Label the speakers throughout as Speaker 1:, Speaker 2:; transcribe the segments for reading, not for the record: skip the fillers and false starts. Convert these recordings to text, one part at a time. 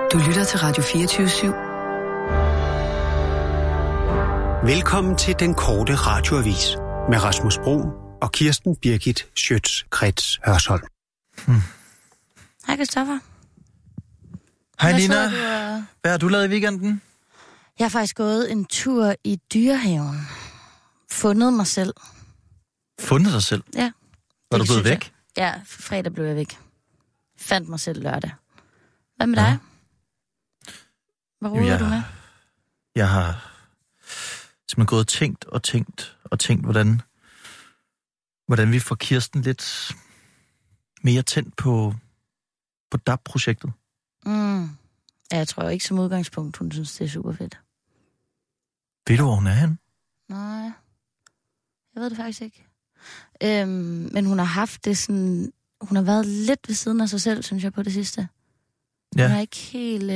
Speaker 1: Du lytter til Radio 24/7.
Speaker 2: Velkommen til den korte radioavis med Rasmus Bro og Kirsten Birgit Schøtz-Krets Hørsholm.
Speaker 3: Hej Christoffer.
Speaker 4: Hej Nina. Hvad har du lavet i weekenden?
Speaker 3: Jeg har faktisk gået en tur i Dyrehaven. Fundet mig selv.
Speaker 4: Fundet dig selv?
Speaker 3: Ja.
Speaker 4: Var du blevet væk?
Speaker 3: Ja, fredag blev jeg væk. Fandt mig selv lørdag. Hvad med dig? Hvad roder du med?
Speaker 4: Jeg har simpelthen gået og tænkt, hvordan vi får Kirsten lidt mere tændt på DAB-projektet.
Speaker 3: Ja, jeg tror ikke som udgangspunkt, hun synes, det er super fedt.
Speaker 4: Ved du, hvor hun er henne?
Speaker 3: Nej, jeg ved det faktisk ikke. Men hun har haft det sådan... Hun har været lidt ved siden af sig selv, synes jeg, på det sidste. Hun er ikke helt...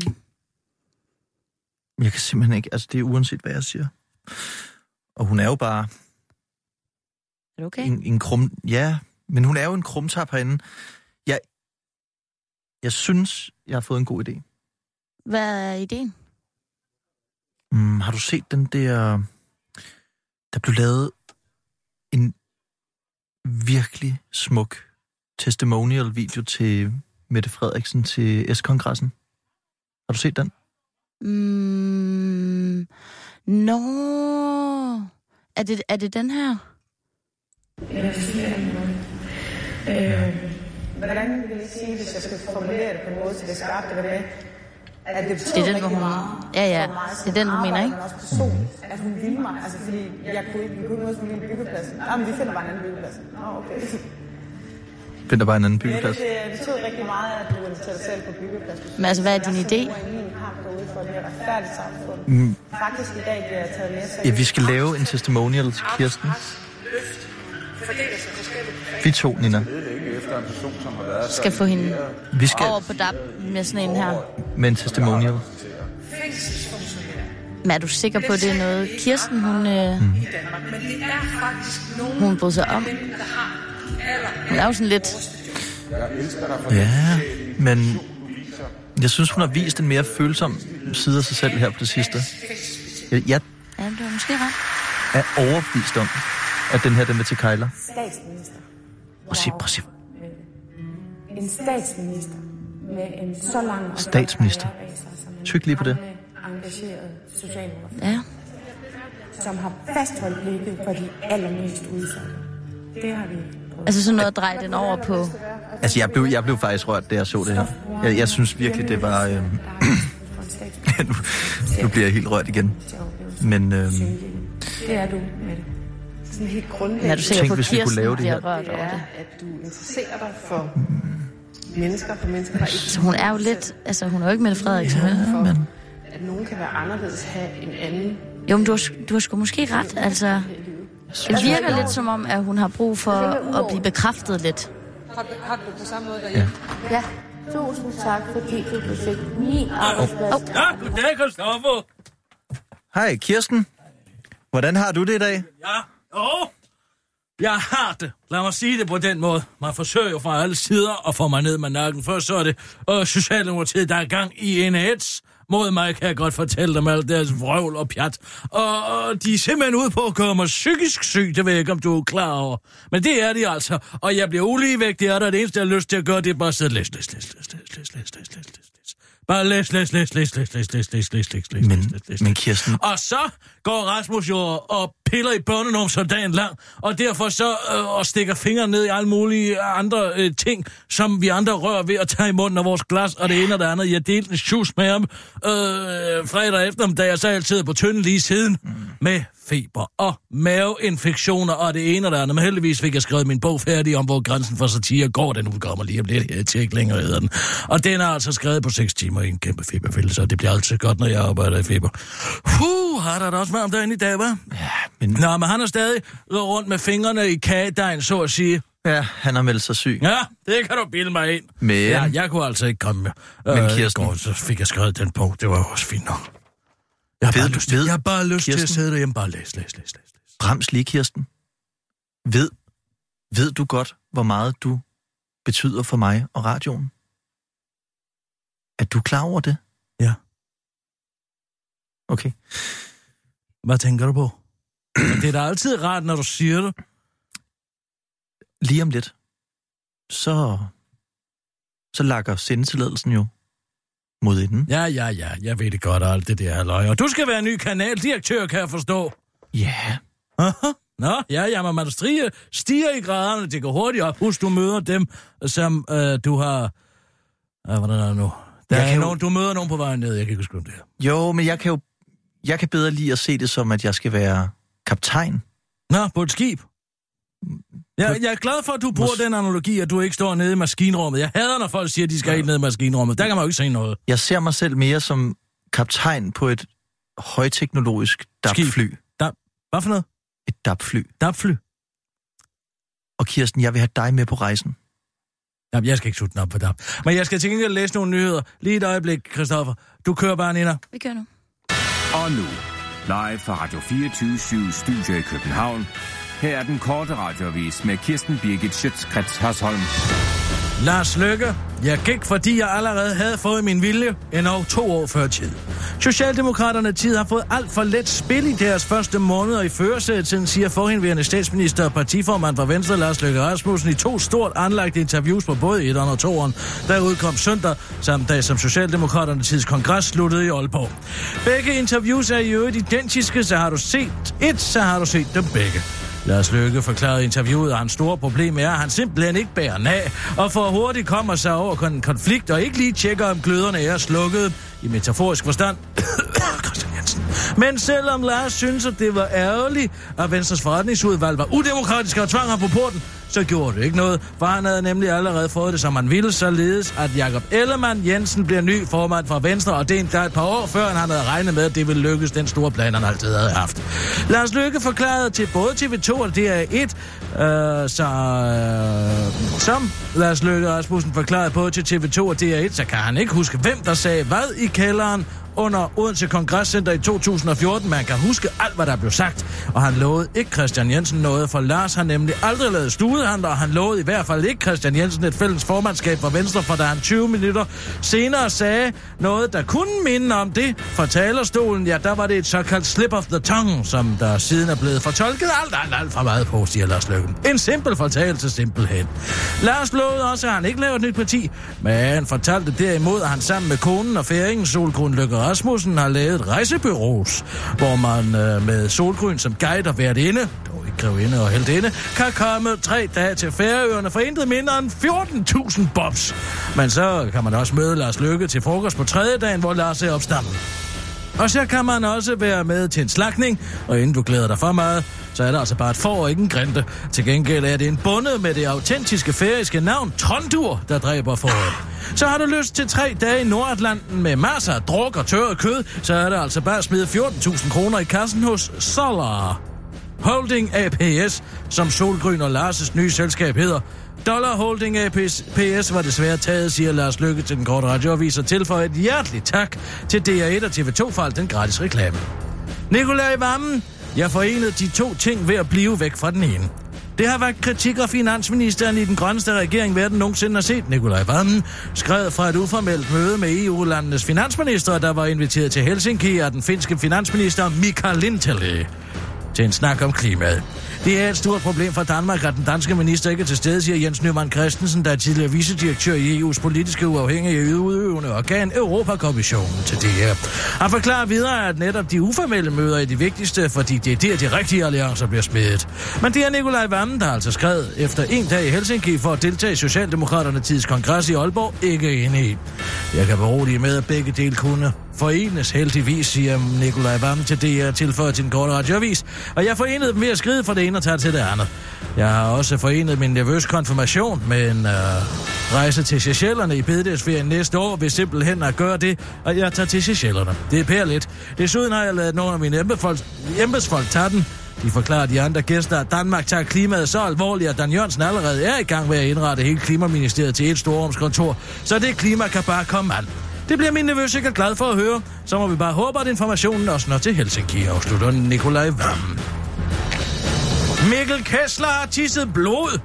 Speaker 4: Jeg kan simpelthen ikke... Altså, det er uanset, hvad jeg siger. Og hun er jo bare...
Speaker 3: Er du okay?
Speaker 4: En krum... Ja, men hun er jo en krumtap herinde. Jeg synes, jeg har fået en god idé.
Speaker 3: Hvad er ideen?
Speaker 4: Har du set den der... Der blev lavet en virkelig smuk testimonial-video til Mette Frederiksen til S-kongressen. Har du set den?
Speaker 3: Nå. Er det den her?
Speaker 5: Hvordan vil jeg sige, hvis jeg skal formulere det på en måde, så det er skarpt, det var det, at det
Speaker 3: Det er den, hvor hun... Ja, det er den, du mener, ikke?
Speaker 5: Men også personligt, at hun ville mig, altså fordi vi kunne ikke mødes med min byggeplads. Men vi finder bare en anden byggeplads. Okay.
Speaker 4: Finder bare en anden byggeplads?
Speaker 5: Det betød rigtig meget, at du ville tage dig selv på byggeplads.
Speaker 3: Men altså, hvad er din idé?
Speaker 5: Faktisk i dag bliver jeg taget med.
Speaker 4: Ja, vi skal lave en testimonial til Kirsten. Vi to, Nina.
Speaker 3: Skal få hende over på DAB med sådan en her.
Speaker 4: Med en testimonial.
Speaker 3: Men er du sikker på, at det er noget, Kirsten, hun bryder sig om? Hun er jo sådan lidt...
Speaker 4: Ja, men jeg synes, hun har vist en mere følsom side af sig selv her på det sidste. Jeg
Speaker 3: Ja, du har måske ret.
Speaker 4: er overbevist om, at den her, den vil til Kejler.
Speaker 5: Statsminister.
Speaker 4: Præcis.
Speaker 5: En statsminister med en så lang...
Speaker 4: Statsminister. Tyk lige på det.
Speaker 5: Engageret socialdemokrat.
Speaker 3: Ja.
Speaker 5: Som har fastholdt blikket for de allermest udsatte. Det har vi prøvet.
Speaker 3: Altså sådan noget at dreje den over på...
Speaker 4: Altså, jeg blev faktisk rørt, da jeg så det her. Jeg synes virkelig, det var... nu bliver jeg helt rørt igen. Men...
Speaker 5: Det er du med det. Sådan helt grundlæggende.
Speaker 3: Er du sikker på, at Kirsten
Speaker 4: lave det her?
Speaker 3: rørt over det?
Speaker 5: At du interesserer dig for mennesker, der ikke...
Speaker 3: Så hun er jo lidt... Altså, hun er jo ikke Mette Frederiksen, vel?
Speaker 4: Men...
Speaker 5: At nogen kan være anderledes, have en anden...
Speaker 3: Jo, men du har sgu måske ret, altså... Det virker lidt som om, at hun har brug for at blive bekræftet lidt.
Speaker 5: Har du det på samme måde derhjemme?
Speaker 3: Ja. Tusind tak, fordi du fik min arbejdsplads.
Speaker 6: Ja, goddag, Christoffer.
Speaker 4: Hej, Kirsten. Hvordan har du det i dag?
Speaker 6: Jeg har det. Lad mig sige det på den måde. Man forsøger jo fra alle sider at få mig ned med nakken. Først så er det Socialdemokratiet, der er i gang i en hets mod mig, kan jeg godt fortælle dem alt deres vrøvl og pjat. Og de er simpelthen ude på at gøre mig psykisk syg, det ved jeg ikke, om du er klar over. Men det er de altså, og jeg bliver uligevægt, det er der. Det eneste, jeg har lyst til at gøre, det er bare at sidde læs. Bare læs.
Speaker 4: Men Kirsten...
Speaker 6: Og så går Rasmus jo og piller i børnenumser dagen lang, og derfor så og stikker fingre ned i alle mulige andre ting, som vi andre rører ved at tage i munden af vores glas, og det ene og det andet. Jeg delte en sjus med ham fredag eftermiddag, og så altid på tynden lige siden med feber og maveinfektioner og det ene og det andet. Men heldigvis fik jeg skrevet min bog færdig om, hvor grænsen for satire går. Den udkommer lige om lidt. Jeg tjekker længere hedder den. Og den er altså skrevet på 6 timer i en kæmpe feberfældelse, og det bliver altid godt, når jeg arbejder i feber. Har der da også varmt derinde i dag, hva'? Ja, men... Nå, men han er stadig rundt med fingrene i kagedejen, så at sige.
Speaker 4: Ja, han har meldt sig syg.
Speaker 6: Ja, det kan du bilde mig ind.
Speaker 4: Men...
Speaker 6: Ja, jeg kunne altså ikke komme med.
Speaker 4: Men Kirsten...
Speaker 6: går, så fik jeg skrevet den bog. Det var også fint nok. Jeg har bare lyst til at sidde derhjemme. Bare læs.
Speaker 4: Brems lige, Kirsten. Ved du godt, hvor meget du betyder for mig og radioen? Er du klar over det?
Speaker 6: Ja.
Speaker 4: Okay.
Speaker 6: Hvad tænker du på? Det er da altid rart, når du siger det.
Speaker 4: Lige om lidt, så lakker sendetilladelsen jo mod inden.
Speaker 6: Ja, jeg ved det godt, alt det der halløj. Og du skal være ny kanaldirektør, kan jeg forstå.
Speaker 4: Ja.
Speaker 6: Aha. Nå, ja, men man stiger i graderne, det går hurtigt op. Husk, du møder dem, som du har... hvordan er det nu? Du møder nogen på vejen ned, jeg kan ikke huske, om det her.
Speaker 4: Jo, men jeg kan bedre lide at se det som, at jeg skal være kaptajn.
Speaker 6: Nå, på et skib? Jeg er glad for, at du bruger den analogi, at du ikke står nede i maskinrummet. Jeg hader, når folk siger, at de skal helt ned i maskinrummet. Der kan man jo ikke se noget.
Speaker 4: Jeg ser mig selv mere som kaptajn på et højteknologisk DAP-fly.
Speaker 6: Hvad for noget?
Speaker 4: Et DAP-fly.
Speaker 6: DAP-fly?
Speaker 4: Og Kirsten, jeg vil have dig med på rejsen.
Speaker 6: Jamen, jeg skal ikke sutte den op på DAP. Men jeg skal til gengæld læse nogle nyheder. Lige et øjeblik, Christoffer. Du kører bare, Nina.
Speaker 3: Vi kører nu.
Speaker 7: Og nu, live fra Radio 24/7 Studio i København. Her er den korte radioavis med Kirsten Birgit Schøtz-Krets Hørsholm.
Speaker 6: Lars Løkke. Jeg gik, fordi jeg allerede havde fået min vilje, endnu 2 år før tid. Socialdemokraterne tid har fået alt for let spil i deres første måneder i førersædet, siger forhenværende statsminister og partiformand for Venstre, Lars Løkke Rasmussen, i 2 stort anlagte interviews på både 1'eren og 2'eren, der udkom søndag, samme dag som Socialdemokraterne tids kongres sluttede i Aalborg. Begge interviews er i øvrigt identiske, så har du set dem begge. Lars Løkke forklarede i interviewet, at hans store problem er, at han simpelthen ikke bærer af, og for hurtigt kommer sig over en konflikt, og ikke lige tjekker, om gløderne er slukket, i metaforisk forstand. Christian Jensen. Men selvom Lars synes, at det var ærgerligt, at Venstres forretningsudvalg var udemokratisk og tvang ham på porten, så gjorde det ikke noget, for han havde nemlig allerede fået det, som han ville, således at Jakob Ellemann Jensen bliver ny formand for Venstre, og det er endda et par år før, han havde regnet med, at det ville lykkes, den store plan, han altid havde haft. Lars Løkke forklarede til både TV2 og DR1, som Lars Løkke Rasmussen forklarede både til TV2 og DR1, så kan han ikke huske, hvem der sagde hvad i kælderen under Odense Kongresscenter i 2014, man kan huske alt, hvad der blev sagt. Og han lovede ikke Christian Jensen noget, for Lars har nemlig aldrig lavet studehandler, og han lovede i hvert fald ikke Christian Jensen et fælles formandskab for Venstre, for da han 20 minutter senere sagde noget, der kunne minde om det fra talerstolen, ja, der var det et såkaldt slip of the tongue, som der siden er blevet fortolket alt for meget på, siger Lars Løkke. En simpel fortalelse simpelthen. Lars lovede også, at han ikke lavede et nyt parti, men han fortalte derimod, at han sammen med konen og færingen Solgrun Løkke Rasmussen har lavet et rejsebureaus, hvor man med Solgryn som guide og værtinde, dog ikke grevinde og heldinde, kan komme 3 dage til Færøerne for intet mindre end 14.000 bobs. Men så kan man også møde Lars Løkke til frokost på 3. dagen, hvor Lars er opstanden. Og så kan man også være med til en slagtning, og inden du glæder dig for meget, så er der altså bare et får og ikke en grinte. Til gengæld er det en bonde med det autentiske færøske navn Trondur, der dræber fåret. Så har du lyst til 3 dage i Nordatlanten med masser af druk og tørret kød, så er det altså bare at smide 14.000 kroner i kassen hos Solar Holding APS, som Solgryn og Lars' nye selskab hedder. Dollar Holding APS var desværre taget, siger Lars Løkke til den korte radioavis, og tilføjer et hjerteligt tak til DR1 og TV2 for alt den gratis reklame. Nikolaj Wammen, jeg forenede de 2 ting ved at blive væk fra den ene. Det har været kritik af finansministeren i den grønneste regering, verden nogensinde har set. Nikolaj Wammen skrev fra et uformelt møde med EU-landenes finansminister, der var inviteret til Helsinki af den finske finansminister Mika Lintilä til en snak om klimaet. Det er et stort problem for Danmark, at den danske minister ikke er til stede, siger Jens Nyman Christensen, der er tidligere vicedirektør i EU's politiske uafhængige udøvende organ, Europakommissionen, til det her. Han forklarer videre, at netop de uformelle møder er de vigtigste, fordi det er der, de rigtige alliancer bliver smedet. Men det er Nikolaj Wammen, der altså skrevet efter 1 dag i Helsinki for at deltage i Socialdemokraterne tids kongres i Aalborg, ikke enig i. Jeg kan berolige med, at begge dele kunne forenes heldigvis, siger Nikolaj Wammen til DR tilføjet til den korte radioavis. Og jeg forenede dem ved at skride fra det ene og tage til det andet. Jeg har også forenet min nervøs konfirmation med en rejse til Seychellerne i bededagsferien næste år, ved simpelthen at gøre det, og jeg tager til Seychellerne. Det er pærligt. Desuden har jeg ladet nogle af mine embedsfolk tage den. De forklarer de andre gæster, at Danmark tager klimaet så alvorligt, at Dan Jørgensen allerede er i gang med at indrette hele Klimaministeriet til et storrumskontor, så det klima kan bare komme an. Det bliver min nervøs sikkert glad for at høre. Så må vi bare håbe, at informationen også når til Helsinki, afslutter Nikolaj Wammen. Mikkel Kessler har tisset blod.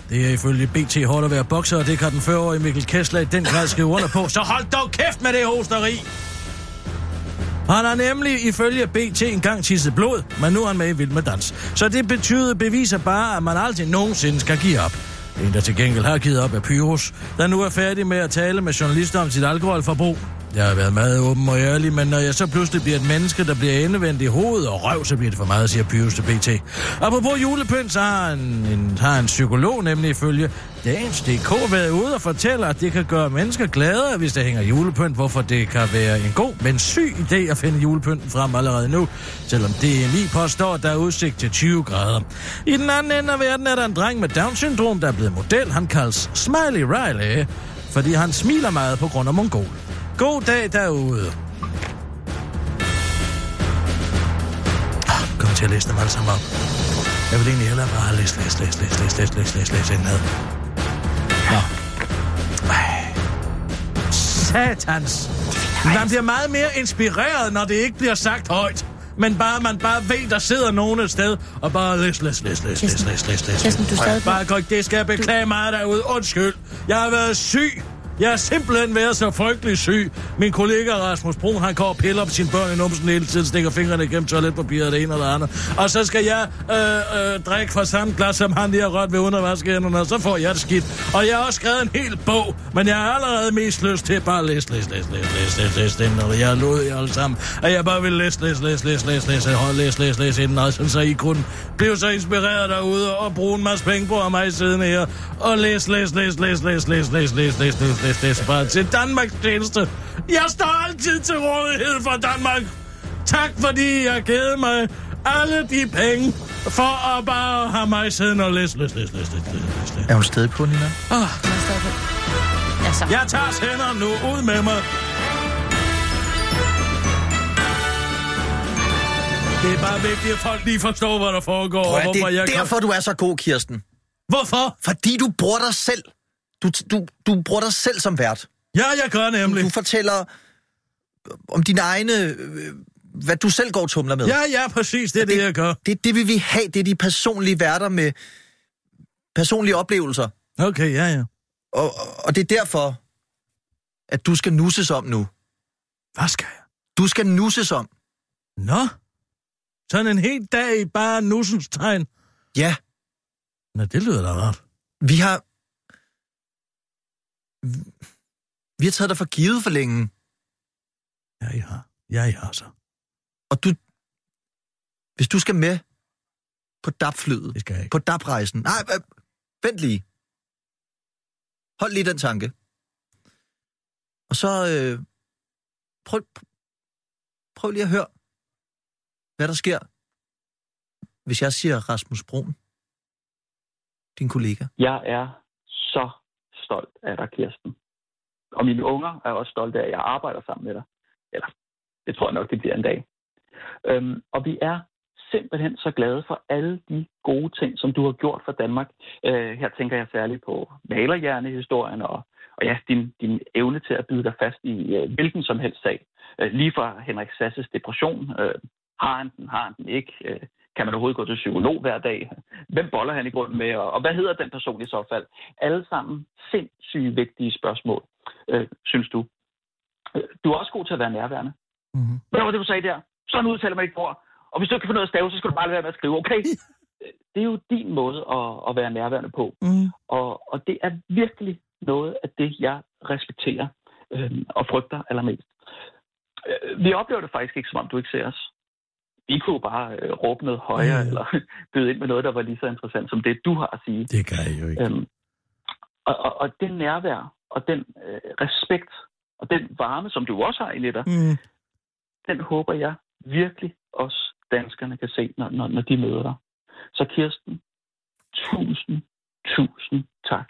Speaker 6: Det er ifølge BT hårdt at være bokser, og det kan den 40-årige Mikkel Kessler i den grad skrive under på. Så hold dog kæft med det hosteri! Han har nemlig ifølge BT engang tisset blod, men nu er han med i Vild med Dans. Så det beviser bare, at man aldrig nogensinde skal give op. En, der til gengæld har givet op, er Pyrus, der nu er færdig med at tale med journalister om sit alkoholforbrug. Jeg har været meget åben og ærlig, men når jeg så pludselig bliver et menneske, der bliver endevendt i hovedet og røv, så bliver det for meget, siger Pyrus til BT. Apropos julepynt, så har en psykolog nemlig ifølge Dagens.dk været ude og fortæller, at det kan gøre mennesker gladere, hvis der hænger julepynt, hvorfor det kan være en god, men syg idé at finde julepynten frem allerede nu, selvom DMI påstår, at der er udsigt til 20 grader. I den anden ende af verden er der en dreng med Down-syndrom, der er blevet model. Han kaldes Smiley Riley, fordi han smiler meget på grund af mongol. God dag derude. Kom til at læse dem alle sammen op. Jeg vil egentlig hellere bare læse indad. Nå. Satans. Man bliver meget mere inspireret, når det ikke bliver sagt højt. Men man bare ved, der sidder nogen et sted, og bare læs.
Speaker 3: Kirsten, du stadig...
Speaker 6: Bare godt, det skal jeg beklage meget derude. Undskyld. Jeg har været syg. Jeg har simpelthen været så frygtelig syg. Min kollega Rasmus Brun, han går og piller på sine børn i numsen hele tiden, stikker fingrene igennem toiletpapiret, det ene og det andet. Og så skal jeg drikke fra samme glas, som han lige har rørt ved undervaskehænderne, og så får jeg det skidt. Og jeg har også skrevet en hel bog, men jeg har allerede mest lyst til at bare læse den, og jeg har lovet jer alle sammen, at jeg bare vil læse inden, så I kunne blive så inspireret derude og bruge en masse penge på mig siddende her, og læs bare til Danmarks tjeneste. Jeg står altid til rådighed for Danmark. Tak fordi jeg har givet mig alle de penge for at bare have mig siddende og læse.
Speaker 4: Er hun stadig på, Nina?
Speaker 6: Jeg tager hænderne nu. Ud med mig. Det er bare vigtigt, at folk lige forstår, hvad der foregår.
Speaker 4: Prøv, og hvorfor det er derfor, du er så god, Kirsten.
Speaker 6: Hvorfor?
Speaker 4: Fordi du bruger dig selv. Du bruger dig selv som vært.
Speaker 6: Ja, jeg gør nemlig.
Speaker 4: Du fortæller om dine egne, hvad du selv går og tumler med.
Speaker 6: Ja, præcis, det er det, jeg gør.
Speaker 4: Det vil vi have, det er de personlige værter med personlige oplevelser.
Speaker 6: Okay, ja.
Speaker 4: Og det er derfor, at du skal nusses om nu.
Speaker 6: Hvad skal jeg?
Speaker 4: Du skal nusses om.
Speaker 6: Nå? Sådan en hel dag i bare nussens tegn?
Speaker 4: Ja.
Speaker 6: Nå, det lyder da rart.
Speaker 4: Vi har taget dig for givet for længe.
Speaker 6: Ja, så.
Speaker 4: Og hvis du skal med på DAP-flyet,
Speaker 6: det skal jeg ikke.
Speaker 4: På DAP-rejsen. Nej, vent lige. Hold lige den tanke. Og så prøv lige at høre, hvad der sker, hvis jeg siger Rasmus Brun, din kollega.
Speaker 8: Jeg er så stolt af dig, Kirsten. Og mine unger er også stolte af, at jeg arbejder sammen med dig. Eller, det tror jeg nok, det bliver en dag. Og vi er simpelthen så glade for alle de gode ting, som du har gjort for Danmark. Her tænker jeg særligt på malerhjernehistorien og ja, din evne til at bide dig fast i hvilken som helst sag. Lige fra Henrik Sasses depression. Har han den ikke? Kan man overhovedet gå til psykolog hver dag? Hvem boller han i grunden med? Og hvad hedder den person i så fald? Alle sammen sindssygt vigtige spørgsmål, synes du. Du er også god til at være nærværende. Mm-hmm. Hvad var det, du sagde der? Sådan udtaler man ikke ord. Og hvis du ikke kan finde noget at stave, så skal du bare lade være med at skrive. Okay? Det er jo din måde at være nærværende på. Mm. Og det er virkelig noget af det, jeg respekterer og frygter allermest. Vi oplever det faktisk ikke, som om du ikke ser os. Vi kunne bare råbe noget højere, eller byde ind med noget, der var lige så interessant, som det, du har at sige.
Speaker 6: Det kan jeg jo ikke.
Speaker 8: Og den nærvær, og den respekt, og den varme, som du også har i dig, den håber jeg virkelig også danskerne kan se, når de møder dig. Så Kirsten, tusind tak.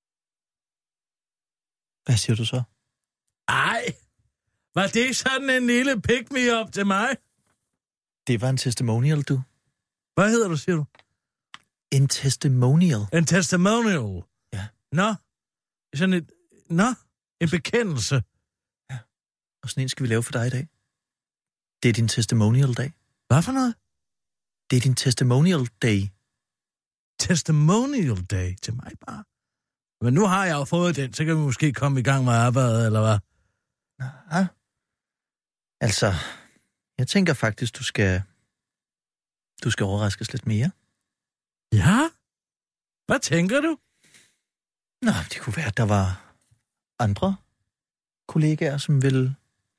Speaker 4: Hvad siger du så?
Speaker 6: Ej, var det sådan en lille pick-me-up til mig?
Speaker 4: Det var en testimonial, du.
Speaker 6: Hvad hedder du, siger du?
Speaker 4: En testimonial.
Speaker 6: En testimonial?
Speaker 4: Ja.
Speaker 6: Nå? Sådan et... Nå? En bekendelse?
Speaker 4: Ja. Og sådan en skal vi lave for dig i dag. Det er din testimonial-dag.
Speaker 6: Hvad for noget?
Speaker 4: Det er din testimonial-day.
Speaker 6: testimonial day til mig bare. Men nu har jeg jo fået den, så kan vi måske komme i gang med arbejdet, eller hvad?
Speaker 4: Ja. Altså, jeg tænker faktisk, du skal overraskes lidt mere.
Speaker 6: Ja? Hvad tænker du?
Speaker 4: Nå, det kunne være, at der var andre kollegaer, som ville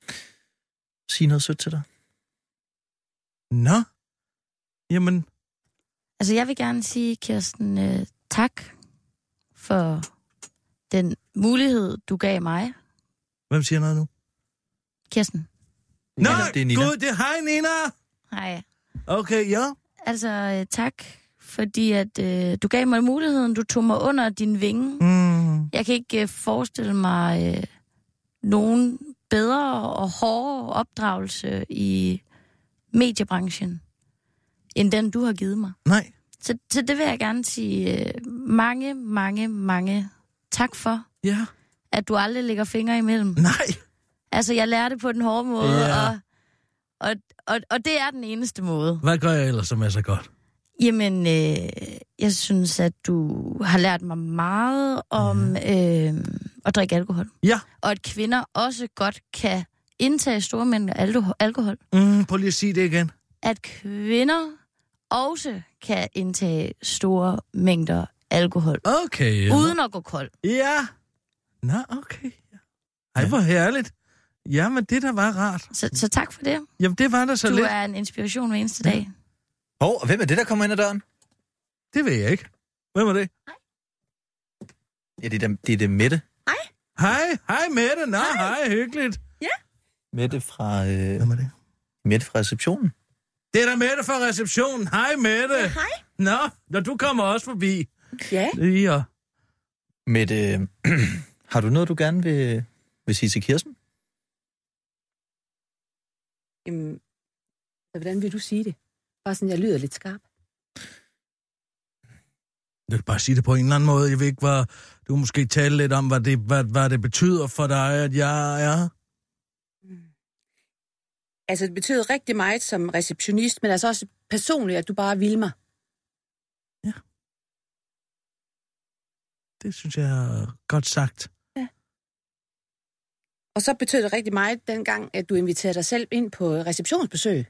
Speaker 4: sige noget sødt til dig.
Speaker 6: Nå? Jamen...
Speaker 3: Altså, jeg vil gerne sige, Kirsten, tak for den mulighed, du gav mig.
Speaker 6: Hvem siger noget nu?
Speaker 3: Kirsten.
Speaker 6: Nå,
Speaker 4: det er Nina.
Speaker 6: Gud, det er hej, Nina!
Speaker 3: Hej.
Speaker 6: Okay, ja.
Speaker 3: Altså, tak, fordi at du gav mig muligheden, du tog mig under din vinge. Jeg kan ikke forestille mig nogen bedre og hårdere opdragelse i mediebranchen, end den, du har givet mig.
Speaker 6: Nej.
Speaker 3: Så det vil jeg gerne sige mange tak for.
Speaker 6: Ja.
Speaker 3: At du aldrig lægger fingre imellem.
Speaker 6: Nej.
Speaker 3: Altså, jeg lærte på den hårde måde,
Speaker 6: ja.
Speaker 3: og det er den eneste måde.
Speaker 6: Hvad gør jeg ellers, som er så godt?
Speaker 3: Jamen, jeg synes, at du har lært mig meget om at drikke alkohol.
Speaker 6: Ja.
Speaker 3: Og at kvinder også godt kan indtage store mængder alkohol.
Speaker 6: Prøv lige at sige det igen.
Speaker 3: At kvinder også kan indtage store mængder alkohol.
Speaker 6: Okay. Ja.
Speaker 3: Uden at gå kold.
Speaker 6: Ja. Nå, okay. Ej, hvor herligt. Jamen, det der var rart.
Speaker 3: Så tak for det.
Speaker 6: Jamen, det var der så
Speaker 3: lidt.
Speaker 6: lidt.
Speaker 3: Du er en inspiration hver eneste dag.
Speaker 4: Og hvem er det, der kommer ind ad døren?
Speaker 6: Det ved jeg ikke. Hvem er det?
Speaker 3: Hej.
Speaker 4: Ja, det er det Mette.
Speaker 6: Hej Mette. Nå, hej, hyggeligt.
Speaker 3: Ja.
Speaker 4: Mette fra...
Speaker 6: Hvem er det?
Speaker 4: Mette fra receptionen.
Speaker 6: Det er da Mette fra receptionen. Hej, Mette.
Speaker 3: Ja, hej.
Speaker 6: Nå, du kommer også forbi.
Speaker 3: Ja.
Speaker 6: Ja.
Speaker 4: Mette, har du noget, du gerne vil sige til Kirsten?
Speaker 9: Jamen, hvordan vil du sige det? Bare sådan, jeg lyder lidt skarp.
Speaker 6: Du kan bare sige det på en eller anden måde. Jeg ved ikke, hvad... Du måske tale lidt om, hvad det betyder for dig, at jeg er...
Speaker 9: Altså, det betyder rigtig meget som receptionist, men altså også personligt, at du bare vil mig.
Speaker 6: Ja. Det synes jeg er godt sagt.
Speaker 9: Ja. Og så betød det rigtig meget dengang, at du inviterede dig selv ind på receptionsbesøg.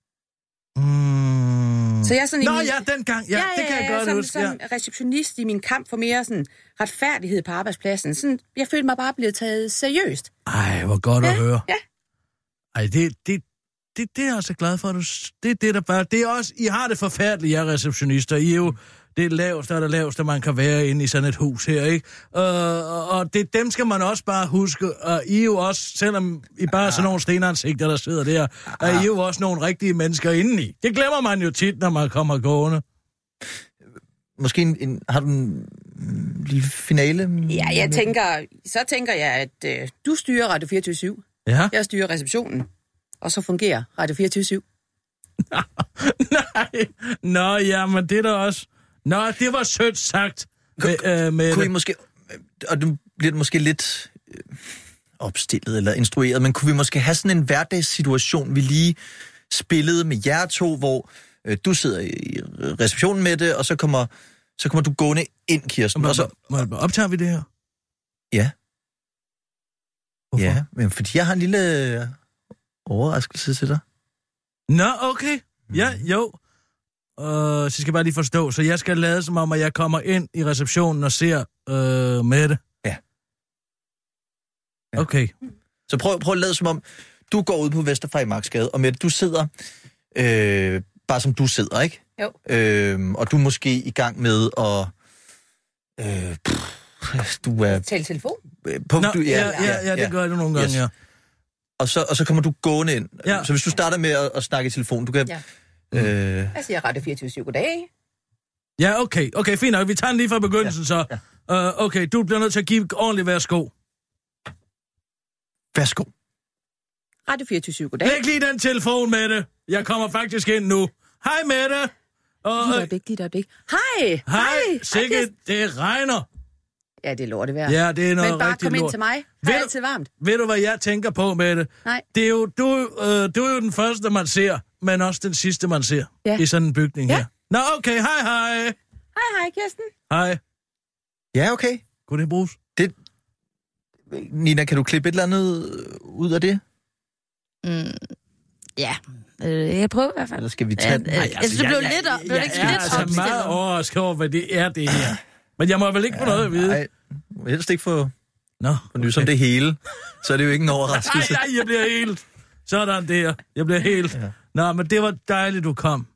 Speaker 9: Så jeg er sådan
Speaker 6: dengang. Ja, det kan jeg godt huske.
Speaker 9: Som receptionist i min kamp for mere sådan retfærdighed på arbejdspladsen. Sådan, jeg følte mig bare blevet taget seriøst.
Speaker 6: Ej, hvor godt at høre.
Speaker 9: Ja.
Speaker 6: Ej, det er jeg så glad for. Det er der bare. Det er også, I har det forfærdeligt, jeg receptionister. I er jo det laveste, man kan være inde i sådan et hus her, ikke? Og dem skal man også bare huske. Og I er jo også, selvom I bare er sådan nogle stenansigter, der sidder der, er I jo også nogle rigtige mennesker indeni. Det glemmer man jo tit, når man kommer gående.
Speaker 4: Måske har du en lille finale?
Speaker 9: Ja, så tænker jeg, at du styrer Radio 24/7.
Speaker 6: Ja.
Speaker 9: Jeg styrer receptionen. Og så fungerer Radio 24/7.
Speaker 6: Nej. Nå, ja, men det er da også... Nå, det var sødt sagt.
Speaker 4: Kunne I måske... Og du bliver måske lidt opstillet eller instrueret, men kunne vi måske have sådan en hverdagssituation, vi lige spillede med jer to, hvor du sidder i receptionen med det, og så kommer du gående ind, Kirsten.
Speaker 6: Optager vi det her?
Speaker 4: Ja.
Speaker 6: Hvorfor?
Speaker 4: Ja, men fordi jeg har en lille overraskelse til dig.
Speaker 6: Nå, okay. Ja, jo. Så skal jeg bare lige forstå. Så jeg skal lade som om, at jeg kommer ind i receptionen og ser Mette?
Speaker 4: Ja.
Speaker 6: Okay.
Speaker 4: Så prøv at lade som om, du går ud på Vesterfejmarksgade, og Mette, du sidder bare som du sidder, ikke?
Speaker 9: Jo.
Speaker 4: Og du er måske i gang med at... du er...
Speaker 9: Tale telefon?
Speaker 6: Det gør jeg nogle gange, ja.
Speaker 4: Og så kommer du gående ind.
Speaker 6: Ja.
Speaker 4: Så hvis du starter med at snakke i telefon, du kan...
Speaker 9: Ja. Jeg siger Radio 24/7. Goddag.
Speaker 6: Ja, okay, fint nok. Vi tager den lige fra begyndelsen, så. Okay, du bliver nødt til at give ordentligt værsgo.
Speaker 4: Værsgo.
Speaker 9: Radio 24/7. Goddag.
Speaker 6: Læg lige den telefon, Mette. Jeg kommer faktisk ind nu. Hej, Mette.
Speaker 9: Dit øjeblik. Hej.
Speaker 6: Sikkert, det regner.
Speaker 9: Ja, det er lortevejr.
Speaker 6: Ja, det er noget
Speaker 9: men bare
Speaker 6: rigtig
Speaker 9: kom ind
Speaker 6: lort.
Speaker 9: til mig. Det er altid varmt.
Speaker 6: Ved du, hvad jeg tænker på, Mette?
Speaker 9: Nej.
Speaker 6: Det er jo, du er jo den første, man ser, men også den sidste, man ser i sådan en bygning her. Nå, okay, hej.
Speaker 9: Hej, Kirsten.
Speaker 6: Hej.
Speaker 4: Ja, okay.
Speaker 6: Kunne det bruges?
Speaker 4: Nina, kan du klippe et eller andet ud af det?
Speaker 3: Ja, jeg prøver i hvert fald.
Speaker 4: Eller skal vi tage den?
Speaker 3: Jeg synes, det blev lidt op.
Speaker 6: Jeg er altså meget overrasket over, hvad det er, det her. Men jeg må vel ikke få noget at vide?
Speaker 4: Nej, helst ikke få
Speaker 6: nys
Speaker 4: om det hele. Så er det jo ikke en overraskelse.
Speaker 6: Nej, jeg bliver helt. Sådan der. Jeg bliver helt. Ja. Nå, men det var dejligt, du kom.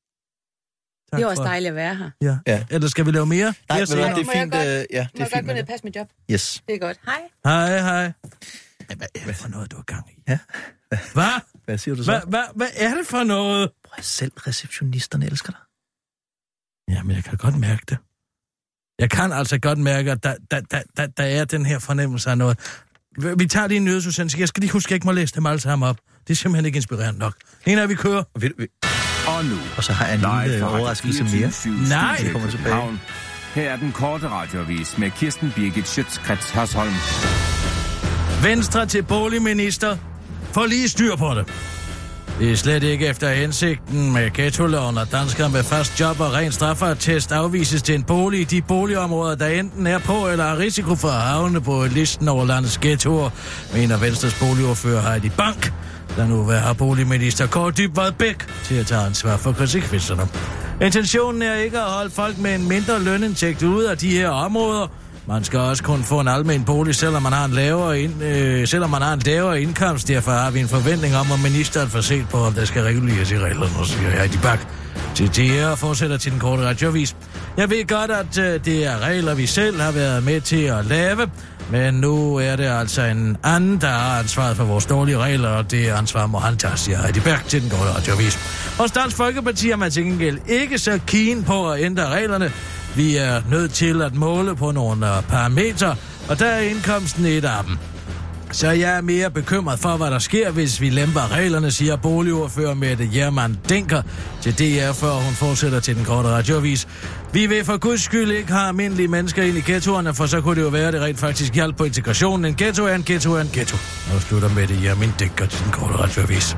Speaker 6: Tak
Speaker 9: det var også dejligt at være her.
Speaker 6: Ja. Eller skal vi lave mere?
Speaker 4: Nej, det er fint.
Speaker 9: Må jeg godt gå ned og passe mit job?
Speaker 4: Yes.
Speaker 9: Det er godt. Hej.
Speaker 6: Hej. Hvad er det for noget, du har gang i?
Speaker 4: Ja.
Speaker 6: Hvad?
Speaker 4: Hvad siger du så?
Speaker 6: Hvad er det for noget?
Speaker 4: Selv receptionisterne elsker dig.
Speaker 6: Jamen, jeg kan godt mærke det. Jeg kan altså godt mærke, at der er den her fornemmelse af noget. Vi tager lige en nyhedsudsendelse. Jeg skal lige huske, at jeg ikke må læse dem alle sammen op. Det er simpelthen ikke inspirerende nok. En af vi kører.
Speaker 7: Og nu.
Speaker 4: Og så har jeg en lille overraskelse mere.
Speaker 6: Nej.
Speaker 7: Det kommer tilbage. Her er den korte radioavis med Kirsten Birgit Schøtz-Krets Hørsholm.
Speaker 6: Venstre til boligminister. Få lige styr på det. Det er slet ikke efter hensigten med ghettoloven, og danskere med fast job og ren straffertest afvises til en bolig i de boligområder, der enten er på eller har risiko for at havne på listen over landets ghettoer, mener Venstres boligordfører Heidi Bank, der nu har boligminister Kåre Dybvad Bæk til at tage ansvar for konsekvenserne. Intentionen er ikke at holde folk med en mindre lønindtægt ude af de her områder. Man skal også kun få en almen bolig, selvom man har en lavere indkomst. Derfor har vi en forventning om, at ministeren får set på, om der skal reguleres i reglerne, siger Heidi Bak. Til det her fortsætter til den korte radioavis. Jeg ved godt, at det er regler, vi selv har været med til at lave, men nu er det altså en anden, der har ansvaret for vores dårlige regler, og det ansvar må han tage, siger Heidi Bak til den korte radioavis. Hos Dansk Folkeparti er man til gengæld ikke så keen på at ændre reglerne. Vi er nødt til at måle på nogle parametre, og der er indkomsten et af dem. Så jeg er mere bekymret for, hvad der sker, hvis vi lemper reglerne, siger boligordfører Mette Jermann Denker til DR, før hun fortsætter til den korte radioavis. Vi vil for guds skyld ikke have almindelige mennesker ind i ghettoerne, for så kunne det jo være, at det rent faktisk hjalp på integrationen. En ghetto er en ghetto er en ghetto. Og slutter Mette Jermann Denker til den korte radioavis.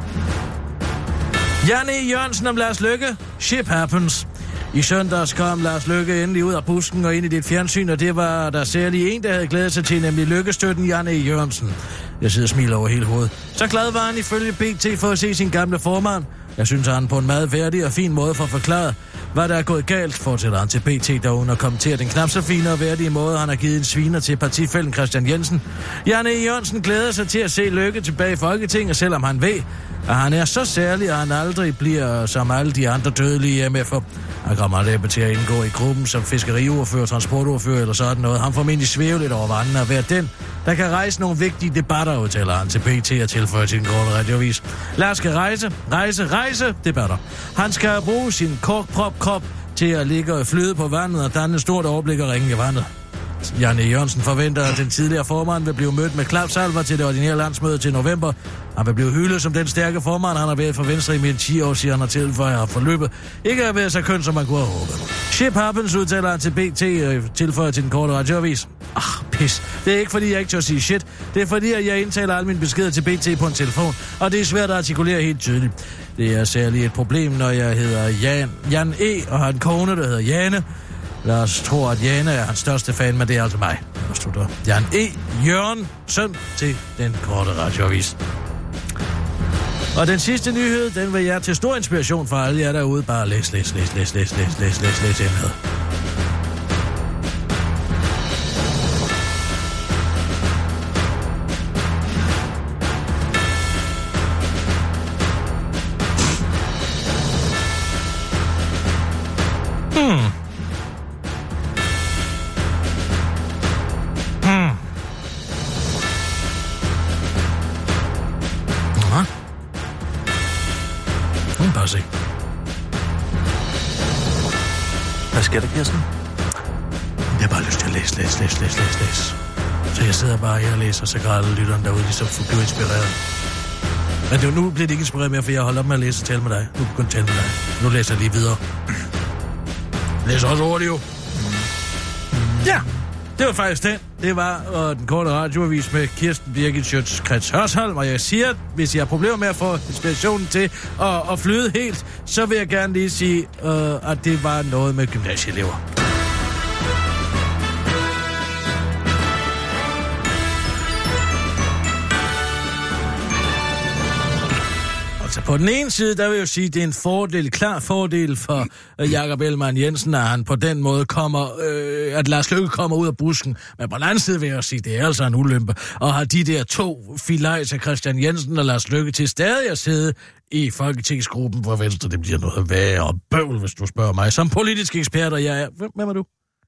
Speaker 6: Jan E. Jørgensen om Lars Løkke. Shit happens. I søndags kom Lars Løkke endelig ud af busken og ind i dit fjernsyn, og det var der særlig en, der havde glædet sig til, nemlig Lykkestøtten Jan E. Jørgensen. Jeg sidder og smiler over hele hovedet. Så glad var han ifølge BT for at se sin gamle formand. Jeg synes, han på en meget værdig og fin måde får forklaret, hvad der er gået galt, fortæller han til BT, der hun har kommenteret den knap så fine og værdige måde, han har givet en sviner til partifællen Christian Jensen. Jan E. Jørgensen glæder sig til at se Løkke tilbage i Folketinget, selvom han ved, at han er så særlig, at han aldrig bliver som alle de andre dødelige MF'er. Han kommer aldrig til at indgå i gruppen som fiskeriordfører, transportordfører eller sådan noget. Han formentlig svæve lidt over vandet og være den, der kan rejse nogle vigtige debatter, udtaler han til BT og tilføjer til den korte radioavis. Lars skal rejse debatter. Han skal bruge sin korkprop-krop til at ligge og flyde på vandet og danne et stort overblik og ringe i vandet. Jan E. Jørgensen forventer, at den tidligere formand vil blive mødt med klapsalver til det ordinære landsmøde til november. Han vil blive hyldet som den stærke formand, han har været for Venstre i mere end 10 år, siger han, og tilføjer forløbet. Ikke at være så køn, som man kunne have håbet. Shit happens, udtaler han til BT, tilføjer til den korte radioavis. Pis. Det er ikke, fordi jeg ikke tør sige shit. Det er, fordi at jeg indtaler alle mine beskeder til BT på en telefon, og det er svært at artikulere helt tydeligt. Det er særligt et problem, når jeg hedder Jan E. og har en kone, der hedder Jane. Lars tror, at Jane er hans største fan, men det er altså mig. Jan E. Jørgensen til den korte radioavis. Og den sidste nyhed, den vil jeg til stor inspiration for alle jer derude. Bare læs indad.
Speaker 4: Hvad sker der, Kirsten?
Speaker 6: Jeg har bare lyst til at læse. Så jeg sidder bare her og læser, så kan alle lytterne derude ligesom blive inspireret. Men nu bliver det ikke inspireret mere, for jeg holder op med at læse og tale med dig. Nu kan jeg tale med dig. Nu læser jeg lige videre. Læser også hurtigt jo. Ja. Det var faktisk den. Det var den korte radioavis med Kirsten Birgit Schøtz-Krets Hørsholm. Og jeg siger, at hvis jeg har problemer med at få inspirationen til at flyde helt, så vil jeg gerne lige sige, at det var noget med gymnasieelever. Altså på den ene side, der vil jeg jo sige, at det er en klar fordel for Jakob Ellemann-Jensen, at han på den måde at Lars Løkke kommer ud af busken. Men på den anden side vil jeg jo sige, at det er altså en ulempe. Og har de der to filajser, Christian Jensen og Lars Løkke, til stadig at sidde i Folketingsgruppen for Venstre. Det bliver noget værre og bøvl, hvis du spørger mig. Som politisk ekspert, og jeg er... Hvem er du?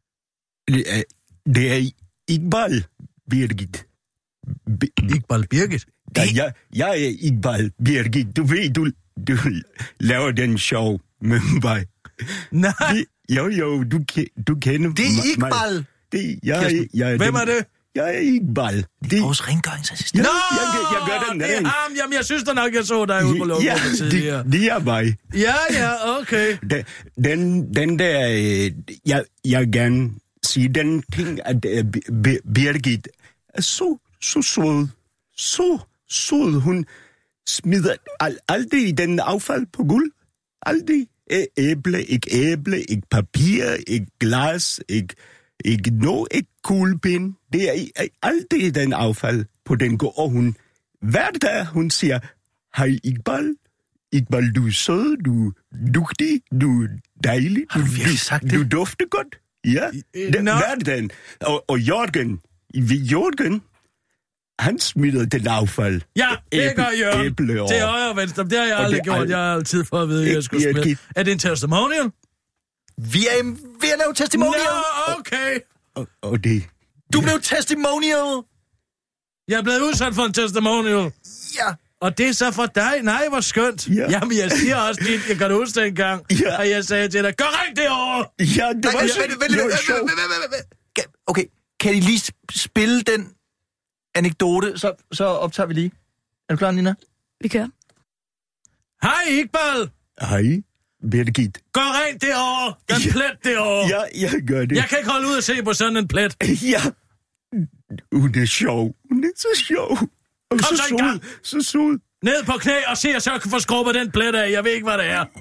Speaker 10: Det er Iqbal Birgit.
Speaker 6: Iqbal Birgit?
Speaker 10: Jeg er Iqbal Birgit. Du ved, du laver den show med mig.
Speaker 6: Nej.
Speaker 10: Jo, du kender mig.
Speaker 4: Det er Iqbal.
Speaker 6: Hvem er det?
Speaker 10: Jeg er Iqbal.
Speaker 4: Det er vores rengøringsassistent.
Speaker 10: Jeg gør den.
Speaker 6: Det er ham. Jamen, jeg synes da nok, jeg så dig ude på lokummet tidligere.
Speaker 10: Det er mig.
Speaker 6: Ja, okay.
Speaker 10: Den der... Jeg gerne sige den ting, at Birgit er så sød. Så sød. Hun smider aldrig den affald på gulv. Aldrig. Ikke papir, ikke glas, ikke kuglepind. Det er aldrig den affald på den gulv. Og hun, hver dag, hun siger, hej Iqbal. Iqbal, du er sød, du er dygtig, du er dejlig.
Speaker 4: Har du virkelig sagt det?
Speaker 10: Du dufter godt. Ja, hver dag. Og Jørgen, han smider den affald.
Speaker 6: Ja, det gør Jørgen. Til højre og venstre. Det har jeg aldrig gjort. Jeg har altid fået at vide, at jeg skulle smide. Er det en testimonial?
Speaker 4: Vi er ved at lave testimonial.
Speaker 6: Nå, okay.
Speaker 10: Og det...
Speaker 4: Du blev testimonial.
Speaker 6: Jeg er blevet udsat for en testimonial.
Speaker 4: Ja.
Speaker 6: Og det er så for dig? Nej, hvor skønt.
Speaker 10: Ja.
Speaker 6: Jamen, jeg siger også dit, jeg kan huske det engang, og jeg sagde til dig, gå ring derovre!
Speaker 10: Ja, det var
Speaker 4: vent. Okay, kan I lige spille den anekdote, så optager vi lige. Er du klar, Nina?
Speaker 3: Vi kører.
Speaker 6: Hej, Iqbal!
Speaker 10: Hej, Birgit.
Speaker 6: Gå rent derovre! Den plet derovre!
Speaker 10: Ja, jeg gør det.
Speaker 6: Jeg kan ikke holde ud og se på sådan en plet.
Speaker 10: Ja. Hun er sjov. Hun er så sjov. Og
Speaker 6: kom
Speaker 10: så sød.
Speaker 6: Ned på knæ og se, at så kan få skrubbet den plet af. Jeg ved ikke, hvad det er.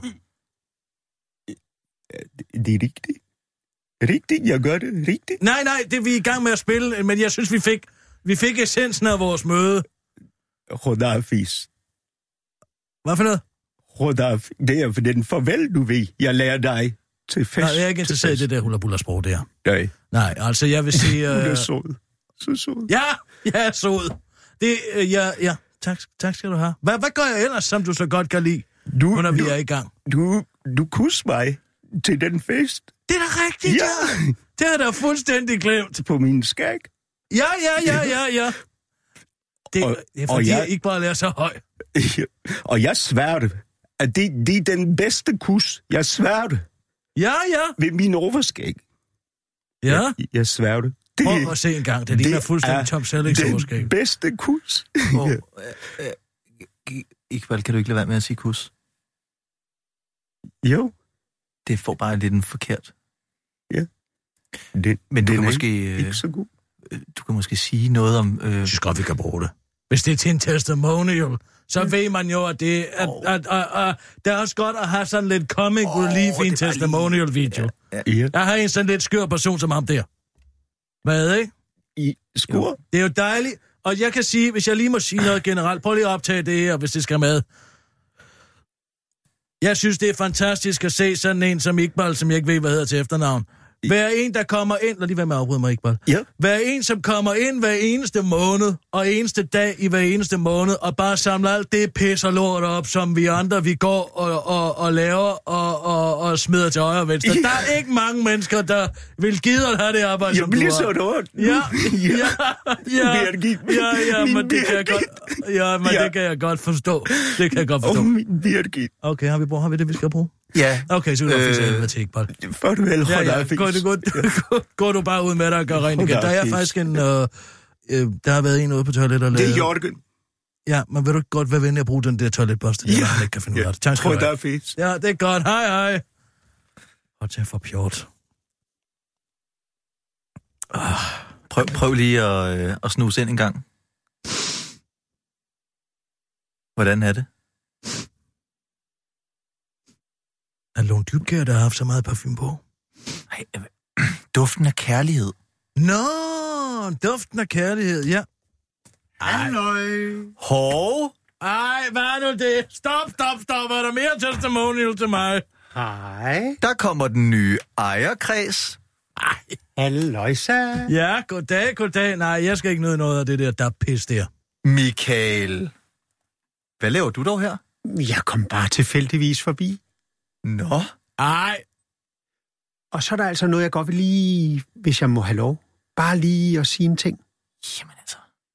Speaker 10: Det er rigtigt. Rigtigt, jeg gør det. Rigtigt.
Speaker 6: Nej, det er vi i gang med at spille, men jeg synes, vi fik essensen af vores møde.
Speaker 10: Rodafis.
Speaker 6: Hvad for noget?
Speaker 10: Rodaf. Det er for den farvel, du ved. Jeg lærer dig til fest.
Speaker 6: Nej, jeg er ikke interesseret i det der hula-bula-sprog der.
Speaker 10: Nej,
Speaker 6: altså jeg vil sige...
Speaker 10: Hun er sød. Så sød.
Speaker 6: Ja, jeg er sød. Det, ja. Tak skal du have. Hvad gør jeg ellers, som du så godt kan lide, når vi er i gang?
Speaker 10: Du kusser mig til den fest.
Speaker 6: Det er da rigtigt, ja. Det er da fuldstændig glemt.
Speaker 10: På min skæg.
Speaker 6: Ja. Det er fordi, jeg ikke bare er så høj.
Speaker 10: Og jeg sværte, at det er den bedste kus. Jeg sværte.
Speaker 6: Ja.
Speaker 10: Ved min overskæg.
Speaker 6: Ja.
Speaker 10: Jeg sværte.
Speaker 6: Prøv at se en gang. Det ligner fuldstændig Tom Sellings overskæg.
Speaker 10: Den bedste kus.
Speaker 4: Iqbal, kan du ikke lade være med at sige kus?
Speaker 10: Jo.
Speaker 4: Det får bare lidt en forkert.
Speaker 10: Ja.
Speaker 4: Men du kan måske...
Speaker 10: ikke så god.
Speaker 4: Du kan måske sige noget om...
Speaker 6: Jeg synes godt, vi kan bruge det. Hvis det er til en testimonial, så ved man jo, at det er også godt at have sådan lidt comic relief i en testimonial-video.
Speaker 10: Ja.
Speaker 6: Jeg har en sådan lidt skør person som ham der. Hvad, ikke?
Speaker 10: I skur?
Speaker 6: Det er jo dejligt. Og jeg kan sige, hvis jeg lige må sige noget generelt, prøv lige at optage det her, hvis det skal med. Jeg synes, det er fantastisk at se sådan en som Iqbal, som jeg ikke ved, hvad hedder til efternavn. Hver en, der kommer ind... Lad lige være med at afbryde mig, Iqbal.
Speaker 10: Ja.
Speaker 6: Hver en, som kommer ind hver eneste måned, og eneste dag i hver eneste måned, og bare samler alt det pis og lort op, som vi andre, vi går og laver og smider til højre og venstre. Der er ikke mange mennesker, der vil give at have det arbejde, som du har.
Speaker 10: Jeg bliver så dårligt.
Speaker 6: Ja, men det kan jeg godt... Ja, men det kan jeg godt forstå. Det kan jeg godt forstå.
Speaker 10: Birgit.
Speaker 6: Okay, har vi det, vi skal bruge?
Speaker 4: Ja.
Speaker 6: Okay, så vil du finde med til Iqbal.
Speaker 10: Farvel,
Speaker 6: Går du bare ud med dig og gør rent igen. Der er faktisk en... der har været en ude på toilettet.
Speaker 10: Det er Jørgen.
Speaker 6: Ja, men vil du ikke godt være venlig at bruge den der toiletbørste? Ja. Han ikke kan finde ud af det. Tak skal du have. Ja, det er godt. Hej. Og til for pjort.
Speaker 4: Prøv lige at snuse ind en gang. Hvordan er det?
Speaker 6: Er Lone Dybkjær, der har haft så meget parfume på?
Speaker 4: Ej, duften af kærlighed.
Speaker 6: Nå, duften af kærlighed, ja.
Speaker 10: Halløj.
Speaker 4: Hov!
Speaker 6: Ej, hvad er nu det? Stop. Er der mere testimonial til mig?
Speaker 10: Hej.
Speaker 4: Der kommer den nye ejerkreds.
Speaker 6: Ej.
Speaker 10: Halløjsa.
Speaker 6: Ja, goddag. Nej, jeg skal ikke nyde noget af det der pis der.
Speaker 4: Michael. Hvad laver du dog her?
Speaker 10: Jeg kom bare tilfældigvis forbi.
Speaker 4: Nå.
Speaker 6: Ej.
Speaker 10: Og så er der altså noget, jeg godt vil lige, hvis jeg må have lov. Bare lige at sige en ting.
Speaker 4: Jamen altså.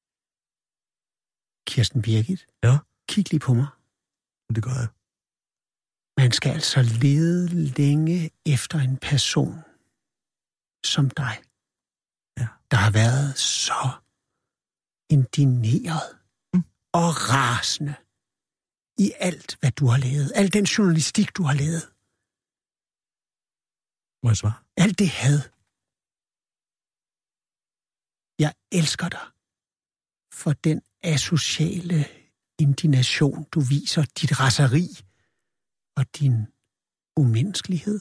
Speaker 10: Kirsten Birgit.
Speaker 6: Ja?
Speaker 10: Kig lige på mig.
Speaker 6: Det gør jeg.
Speaker 10: Man skal altså lede længe efter en person som dig.
Speaker 6: Ja.
Speaker 10: Der har været så indigneret og rasende i alt, hvad du har lavet. Al den journalistik, du har lavet.
Speaker 6: Må jeg svare?
Speaker 10: Alt det had. Jeg elsker dig for den asociale indignation, du viser, dit raseri og din umenneskelighed.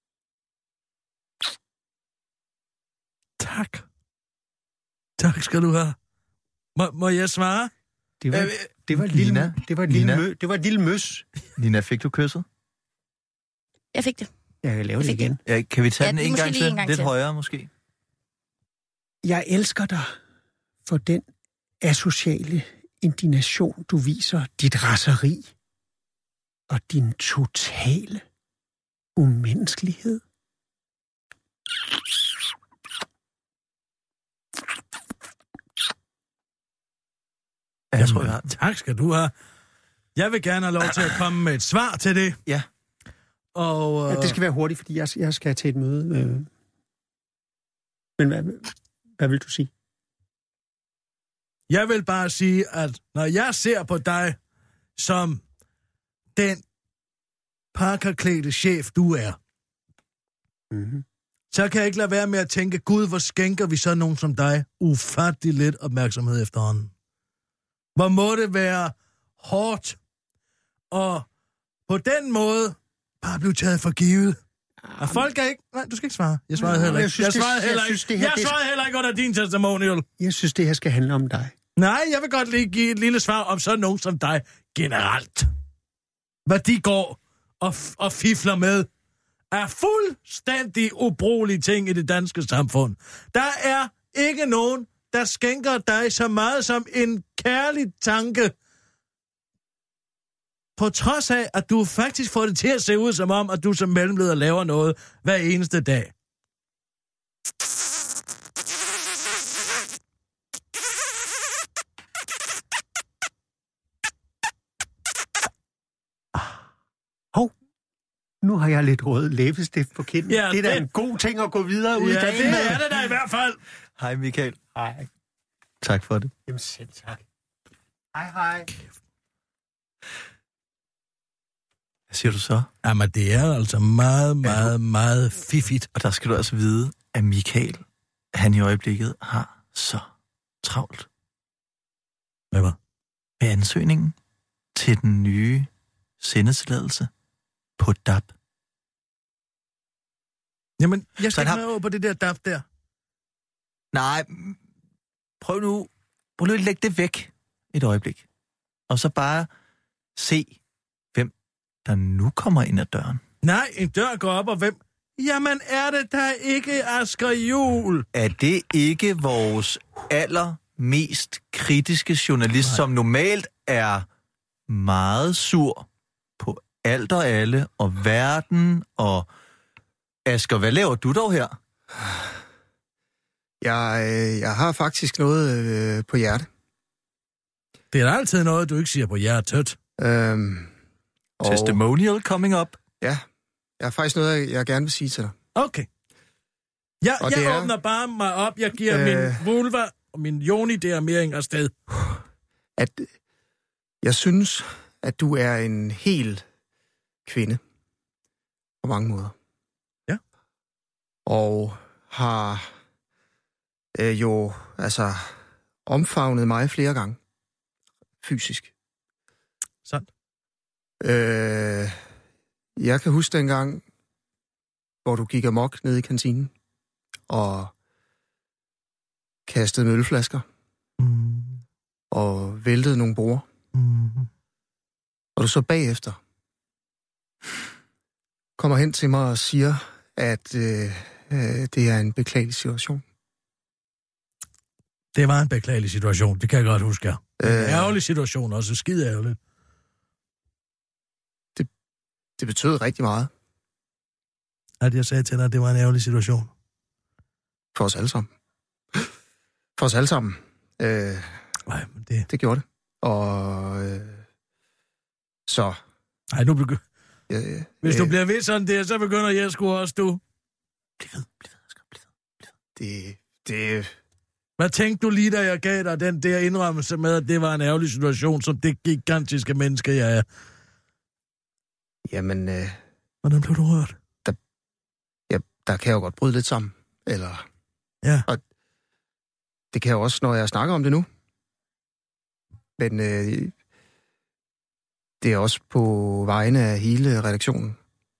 Speaker 6: Tak skal du have. Må jeg svare?
Speaker 10: Det var et lille møs.
Speaker 4: Nina, fik du kysset?
Speaker 3: Jeg fik det.
Speaker 10: Jeg kan lave det igen.
Speaker 4: Ja, kan vi tage den en gang til?
Speaker 3: En gang
Speaker 4: Lidt
Speaker 3: til.
Speaker 4: højere måske.
Speaker 10: Jeg elsker dig for den asociale indignation, du viser, dit raseri og din totale umenneskelighed.
Speaker 4: Ja, jeg tror, jeg har den.
Speaker 6: Tak skal du have. Jeg vil gerne have lov til at komme med et svar til det.
Speaker 4: Ja.
Speaker 6: Og,
Speaker 10: Ja, det skal være hurtigt, fordi jeg skal til et møde. Men hvad vil du sige?
Speaker 6: Jeg vil bare sige, at når jeg ser på dig som den parkerklædte chef, du er, så kan jeg ikke lade være med at tænke, Gud, hvor skænker vi så nogen som dig ufattelig lidt opmærksomhed efterhånden. Hvor må det være hårdt, og på den måde bare blive taget for givet. Og folk er ikke... Nej, du skal ikke svare. Jeg svarede heller ikke. Jeg svarede heller ikke under din testimonial.
Speaker 10: Jeg synes, det her skal handle om dig.
Speaker 6: Nej, jeg vil godt lige give et lille svar om sådan nogen som dig generelt. Hvad de går og fifler med, er fuldstændig ubrugelige ting i det danske samfund. Der er ikke nogen, der skænker dig så meget som en kærlig tanke, på trods af, at du faktisk får det til at se ud som om, at du som mellemleder laver noget hver eneste dag.
Speaker 10: Nu har jeg lidt rød læbestift på kinden.
Speaker 6: Ja,
Speaker 10: det er da en god ting at gå videre ud i dagen.
Speaker 6: Ja, det er det da i hvert fald.
Speaker 4: Hej, Michael.
Speaker 10: Hej.
Speaker 4: Tak for det.
Speaker 10: Jamen selv tak. Hej.
Speaker 4: Hvad siger du så?
Speaker 6: Jamen, det er altså meget fiffigt.
Speaker 4: Og der skal du altså vide, at Michael, han i øjeblikket har så travlt.
Speaker 6: Hvad var?
Speaker 4: Med ansøgningen til den nye sendetilladelse på DAB.
Speaker 6: Jamen, jeg skal ikke over på det der DAB der.
Speaker 4: Nej, prøv nu at lægge det væk et øjeblik. Og så bare se, hvem der nu kommer ind ad døren.
Speaker 6: Nej, en dør går op, og hvem? Jamen, er det da ikke Asger Juhl?
Speaker 4: Er det ikke vores allermest kritiske journalist, som normalt er meget sur på alt og alle, og verden, og... Asger, hvad laver du dog her?
Speaker 11: Jeg har faktisk noget på hjerte.
Speaker 6: Det er da altid noget, du ikke siger på hjertet.
Speaker 4: Testimonial coming up.
Speaker 11: Ja, jeg har faktisk noget, jeg gerne vil sige til dig.
Speaker 6: Okay. Jeg åbner bare mig op, jeg giver min vulva og min joni-dermering afsted.
Speaker 11: At jeg synes, at du er en hel kvinde. På mange måder.
Speaker 6: Ja.
Speaker 11: Og har jo altså omfavnede mig flere gange. Fysisk.
Speaker 6: Sandt.
Speaker 11: Jeg kan huske dengang, hvor du gik amok ned i kantinen og kastede mølleflasker og væltede nogle borde. Og du så bagefter kommer hen til mig og siger, at det er en beklagelig situation.
Speaker 6: Det var en beklagelig situation, det kan jeg godt huske. En ærgerlig situation, også skide ærgerligt.
Speaker 11: Det betød rigtig meget.
Speaker 6: At jeg sagde til dig, at det var en ærgerlig situation.
Speaker 11: For os alle sammen. For os alle sammen.
Speaker 6: Nej, men det...
Speaker 11: Det gjorde det. Og så...
Speaker 6: Nej, nu begynder... Hvis du bliver ved sådan der, så begynder jeg sgu også, du.
Speaker 11: Bliv ved. Det...
Speaker 6: Hvad tænkte du lige, da jeg gav dig den der indrømmelse med, at det var en ærgerlig situation, som det gigantiske menneske, jeg er?
Speaker 11: Jamen...
Speaker 6: Hvordan blev du rørt?
Speaker 11: Der kan jeg jo godt bryde lidt sammen. Eller...
Speaker 6: Ja.
Speaker 11: Og det kan jeg også, når jeg snakker om det nu. Men det er også på vegne af hele redaktionen.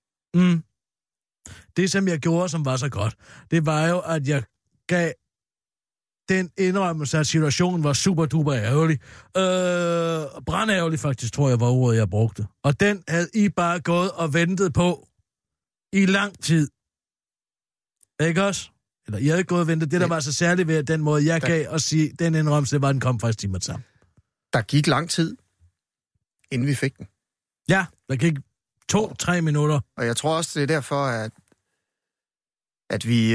Speaker 6: Det, som jeg gjorde, som var så godt, det var jo, at jeg gav den indrømmelse, at situationen var super duper ærgerlig. Brandærgerlig faktisk, tror jeg, var ordet, jeg brugte. Og den havde I bare gået og ventet på i lang tid. Ikke også? Eller I havde gået og ventet. Det, der var så særligt ved den måde, jeg gav og sige, den indrømmelse, det var, den kom faktisk timer sammen.
Speaker 11: Der gik lang tid, inden vi fik den.
Speaker 6: Ja, der gik 2-3 minutter.
Speaker 11: Og jeg tror også, det er derfor, at vi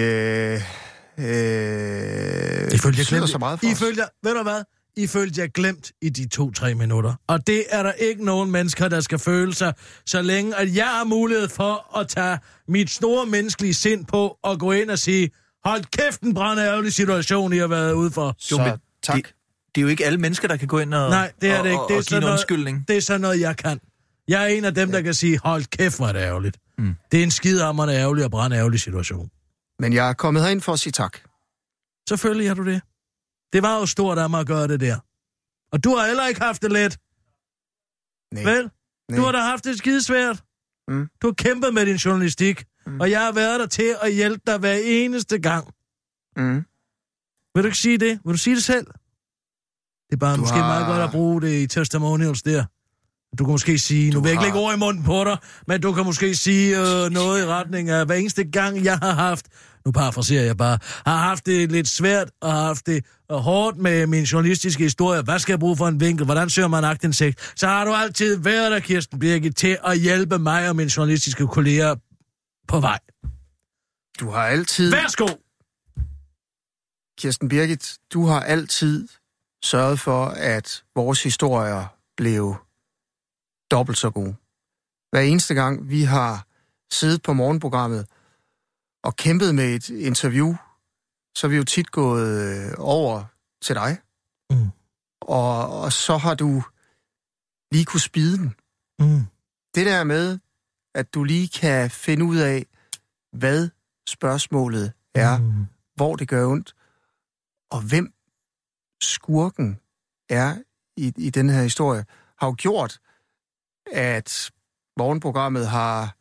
Speaker 11: betyder så meget for os.
Speaker 6: Ved du hvad? I følte jer glemt i de 2-3 minutter. Og det er der ikke nogen mennesker, der skal føle sig, så længe at jeg har mulighed for at tage mit store menneskelige sind på og gå ind og sige, hold kæft, en brandærgerlig situation, I har været ude for.
Speaker 11: Så tak.
Speaker 4: Det er jo ikke alle mennesker, der kan gå ind og,
Speaker 6: nej, det er det ikke. Det er
Speaker 4: og give en undskyldning.
Speaker 6: Det er sådan noget, jeg kan. Jeg er en af dem, der kan sige, hold kæft, hvor er det ærgerligt. Det er en skidehammerende ærgerlig og brandærgerlig situation.
Speaker 11: Men jeg er kommet herind for at sige tak.
Speaker 6: Selvfølgelig har du det. Det var jo stort af mig at gøre det der. Og du har heller ikke haft det let.
Speaker 11: Nej.
Speaker 6: Vel? Du har da haft det skidesvært. Du har kæmpet med din journalistik. Og jeg har været der til at hjælpe dig hver eneste gang. Vil du ikke sige det? Vil du sige det selv? Det er bare måske meget godt at bruge det i testimonials der. Du kan måske sige, nu vil jeg ikke lægge ord i munden på dig, men du kan måske sige noget i retning af, hver eneste gang jeg har haft, nu parafraserer jeg bare, har haft det lidt svært og har haft det hårdt med min journalistiske historie. Hvad skal jeg bruge for en vinkel? Hvordan søger man aktindsigt? Så har du altid været der, Kirsten Birgit, til at hjælpe mig og mine journalistiske kolleger på vej.
Speaker 11: Du har altid...
Speaker 6: Værsgo!
Speaker 11: Kirsten Birgit, du har altid sørget for, at vores historier blev dobbelt så gode. Hver eneste gang, vi har siddet på morgenprogrammet og kæmpet med et interview, så er vi jo tit gået over til dig. Og så har du lige kunne spide den. Det der med, at du lige kan finde ud af, hvad spørgsmålet er, hvor det gør ondt, og hvem skurken er i den her historie, har jo gjort, at morgenprogrammet har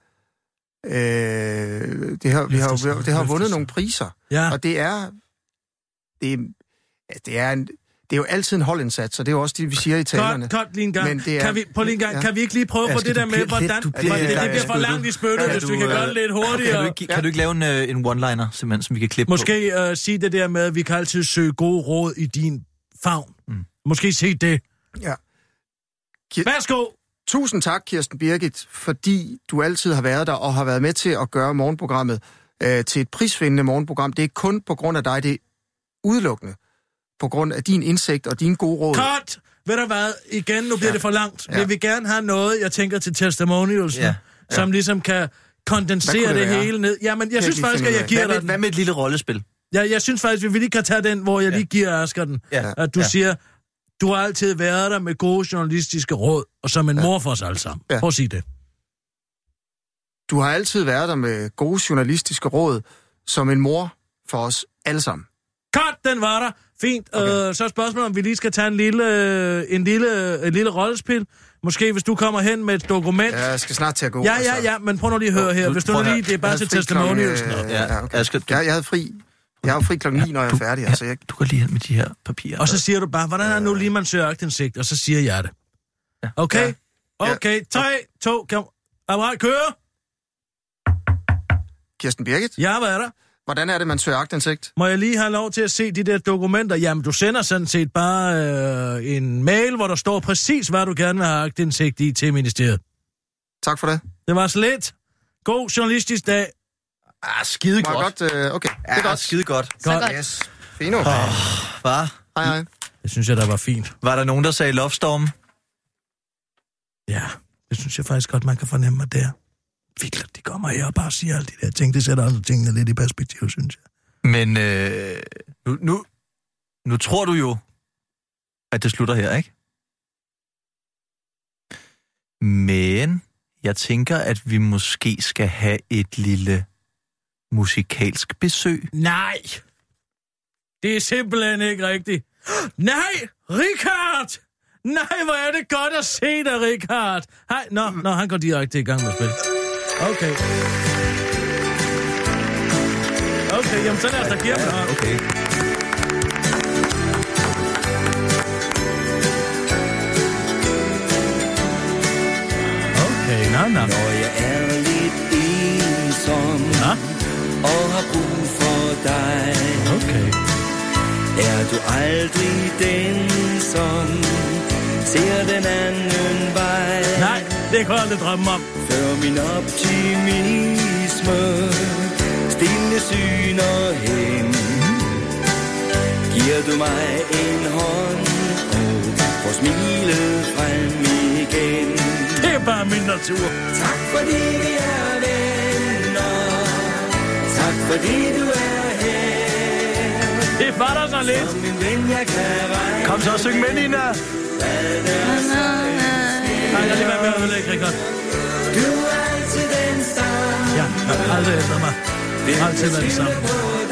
Speaker 11: det har vundet nogle priser.
Speaker 6: Ja.
Speaker 11: Og det er jo altid en holdindsats, og det er jo også det, vi siger i talerne.
Speaker 6: Godt lige en gang. Kan vi ikke lige prøve på det der med, hvordan... Det bliver for langt i spyttet, hvis vi kan gøre det lidt hurtigere.
Speaker 4: Kan du ikke lave en one-liner, simpelthen, som vi kan klippe
Speaker 6: måske
Speaker 4: på?
Speaker 6: Sige det der med, at vi kan altid søge gode råd i din favn. Måske se det.
Speaker 11: Ja.
Speaker 6: Værsgo!
Speaker 11: Tusind tak, Kirsten Birgit, fordi du altid har været der og har været med til at gøre morgenprogrammet til et prisvindende morgenprogram. Det er kun på grund af dig, det er udelukkende på grund af din indsigt og dine gode råd.
Speaker 6: Cut! Ved du hvad? Igen, nu bliver det for langt. Ja. Vi gerne have noget, jeg tænker til testimonials, som ligesom kan kondensere det hele ned. Jamen, jeg synes faktisk, at jeg giver dig den.
Speaker 4: Hvad med et lille rollespil?
Speaker 6: Ja, jeg synes faktisk, at vi lige kan tage den, hvor jeg lige giver Asger den. Ja. At du siger, du har altid været der med gode journalistiske råd, og som en mor for os alle sammen. Prøv at sige det.
Speaker 11: Du har altid været der med gode journalistiske råd, som en mor for os alle sammen.
Speaker 6: Cut, den var der. Fint. Okay. Så er spørgsmålet, om vi lige skal tage en lille rollespil. Måske hvis du kommer hen med et dokument.
Speaker 11: Ja, jeg skal snart til at gå.
Speaker 6: Ja, men prøv nu lige at høre her. Hvis du lige, det er bare til testimonials.
Speaker 11: Okay. Jeg havde fri. Jeg har jo fri klokken 9, når jeg er færdig. Altså,
Speaker 4: Du kan lige hen med de her papirer.
Speaker 6: Og så siger du bare, hvordan er nu lige, man søger aktindsigt? Og så siger jeg det. Okay? Okay, 3, 2, kom. Apparat, køre!
Speaker 11: Kirsten Birgit?
Speaker 6: Ja, hvad er der?
Speaker 11: Hvordan er det, man søger aktindsigt?
Speaker 6: Må jeg lige have lov til at se de der dokumenter? Jamen, du sender sådan set bare en mail, hvor der står præcis, hvad du gerne vil have aktindsigt i til ministeriet.
Speaker 11: Tak for det.
Speaker 6: Det var så lidt. God journalistisk dag.
Speaker 4: Skide godt.
Speaker 11: Okay, det er godt.
Speaker 4: Skide godt.
Speaker 3: Godt.
Speaker 11: Yes. Fino.
Speaker 4: Hvad?
Speaker 11: Hej.
Speaker 6: Det synes jeg, der var fint.
Speaker 4: Var der nogen, der sagde Loftstorm?
Speaker 6: Ja, det synes jeg faktisk godt, man kan fornemme, at det er. Vildt, de kommer her og bare siger alle de der ting. Det sætter altså tingene lidt i perspektiv, synes jeg.
Speaker 4: Men nu tror du jo, at det slutter her, ikke? Men jeg tænker, at vi måske skal have et lille musikalsk besøg.
Speaker 6: Nej! Det er simpelthen ikke rigtigt. Nej! Richard! Nej, hvor er det godt at se dig, Richard! Hej, nå, han går direkte i gang med spil. Okay, jamen så lad os da give ham.
Speaker 4: Okay.
Speaker 6: Okay, nå.
Speaker 12: Når jeg er lidt ensom og har brug for dig,
Speaker 6: okay.
Speaker 12: Er du aldrig den, som ser den anden vej?
Speaker 6: Nej, det kan jeg aldrig drømme om.
Speaker 12: Før min optimisme stille syner hen, giver du mig en hånd og får smilet frem igen.
Speaker 6: Det er bare min natur.
Speaker 12: Tak fordi vi er venner, tak fordi du er her.
Speaker 6: Det var der så lidt.
Speaker 12: Som en ven, jeg kan regne.
Speaker 4: Kom så og syng med, Nina.
Speaker 6: Nej, lad lige være med at ødelægge, Richard.
Speaker 12: Du er altid den samme.
Speaker 6: Ja, jeg har aldrig ændret mig. Altid været det samme.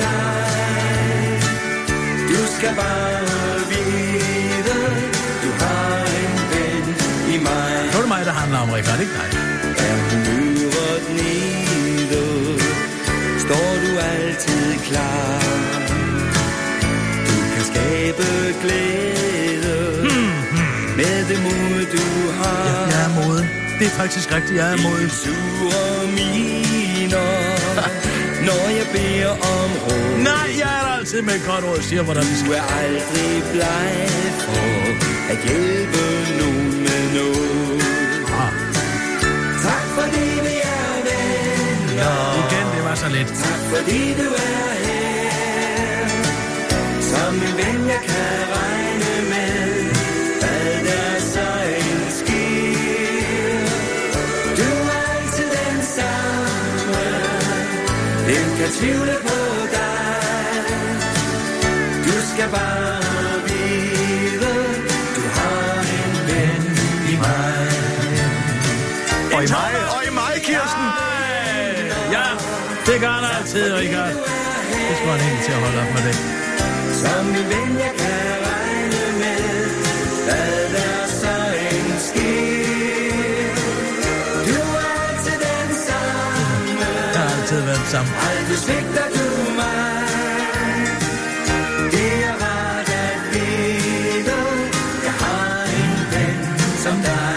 Speaker 12: Du skal bare vide, du har en ven i mig.
Speaker 6: Nu er det mig, der handler om, Richard, ikke dig.
Speaker 12: Er humøret nede, står du altid klar. Du kan skabe glæde med det mod, du har.
Speaker 6: Ja, jeg er moden. Det er faktisk rigtigt, jeg er moden.
Speaker 12: Sure miner, når jeg beder om råd.
Speaker 6: Nej, jeg er altid med et godt råd, siger, hvordan vi skal.
Speaker 12: Du er aldrig bleg for at hjælpe nogen med noget. Tak fordi vi er venner.
Speaker 6: Igen, det var så lidt.
Speaker 12: Tak fordi du er her. Som en ven, jeg kan regne med. Hvad der så end sker. Du er altid den samme. Hvem kan tvivle på dig? Du skal bare vide, du har en ven i mig.
Speaker 4: Og i mig, Kirsten.
Speaker 6: Ja, det gør han altid, Richard. Det skulle han egentlig til at holde op med det.
Speaker 12: Som en ven, jeg kan regne med. Hvad der så end sker. Du er altid den samme.
Speaker 6: Jeg har altid været den samme.
Speaker 12: Aldrig svigter du mig. Det er rart at vide. Jeg har en ven som dig.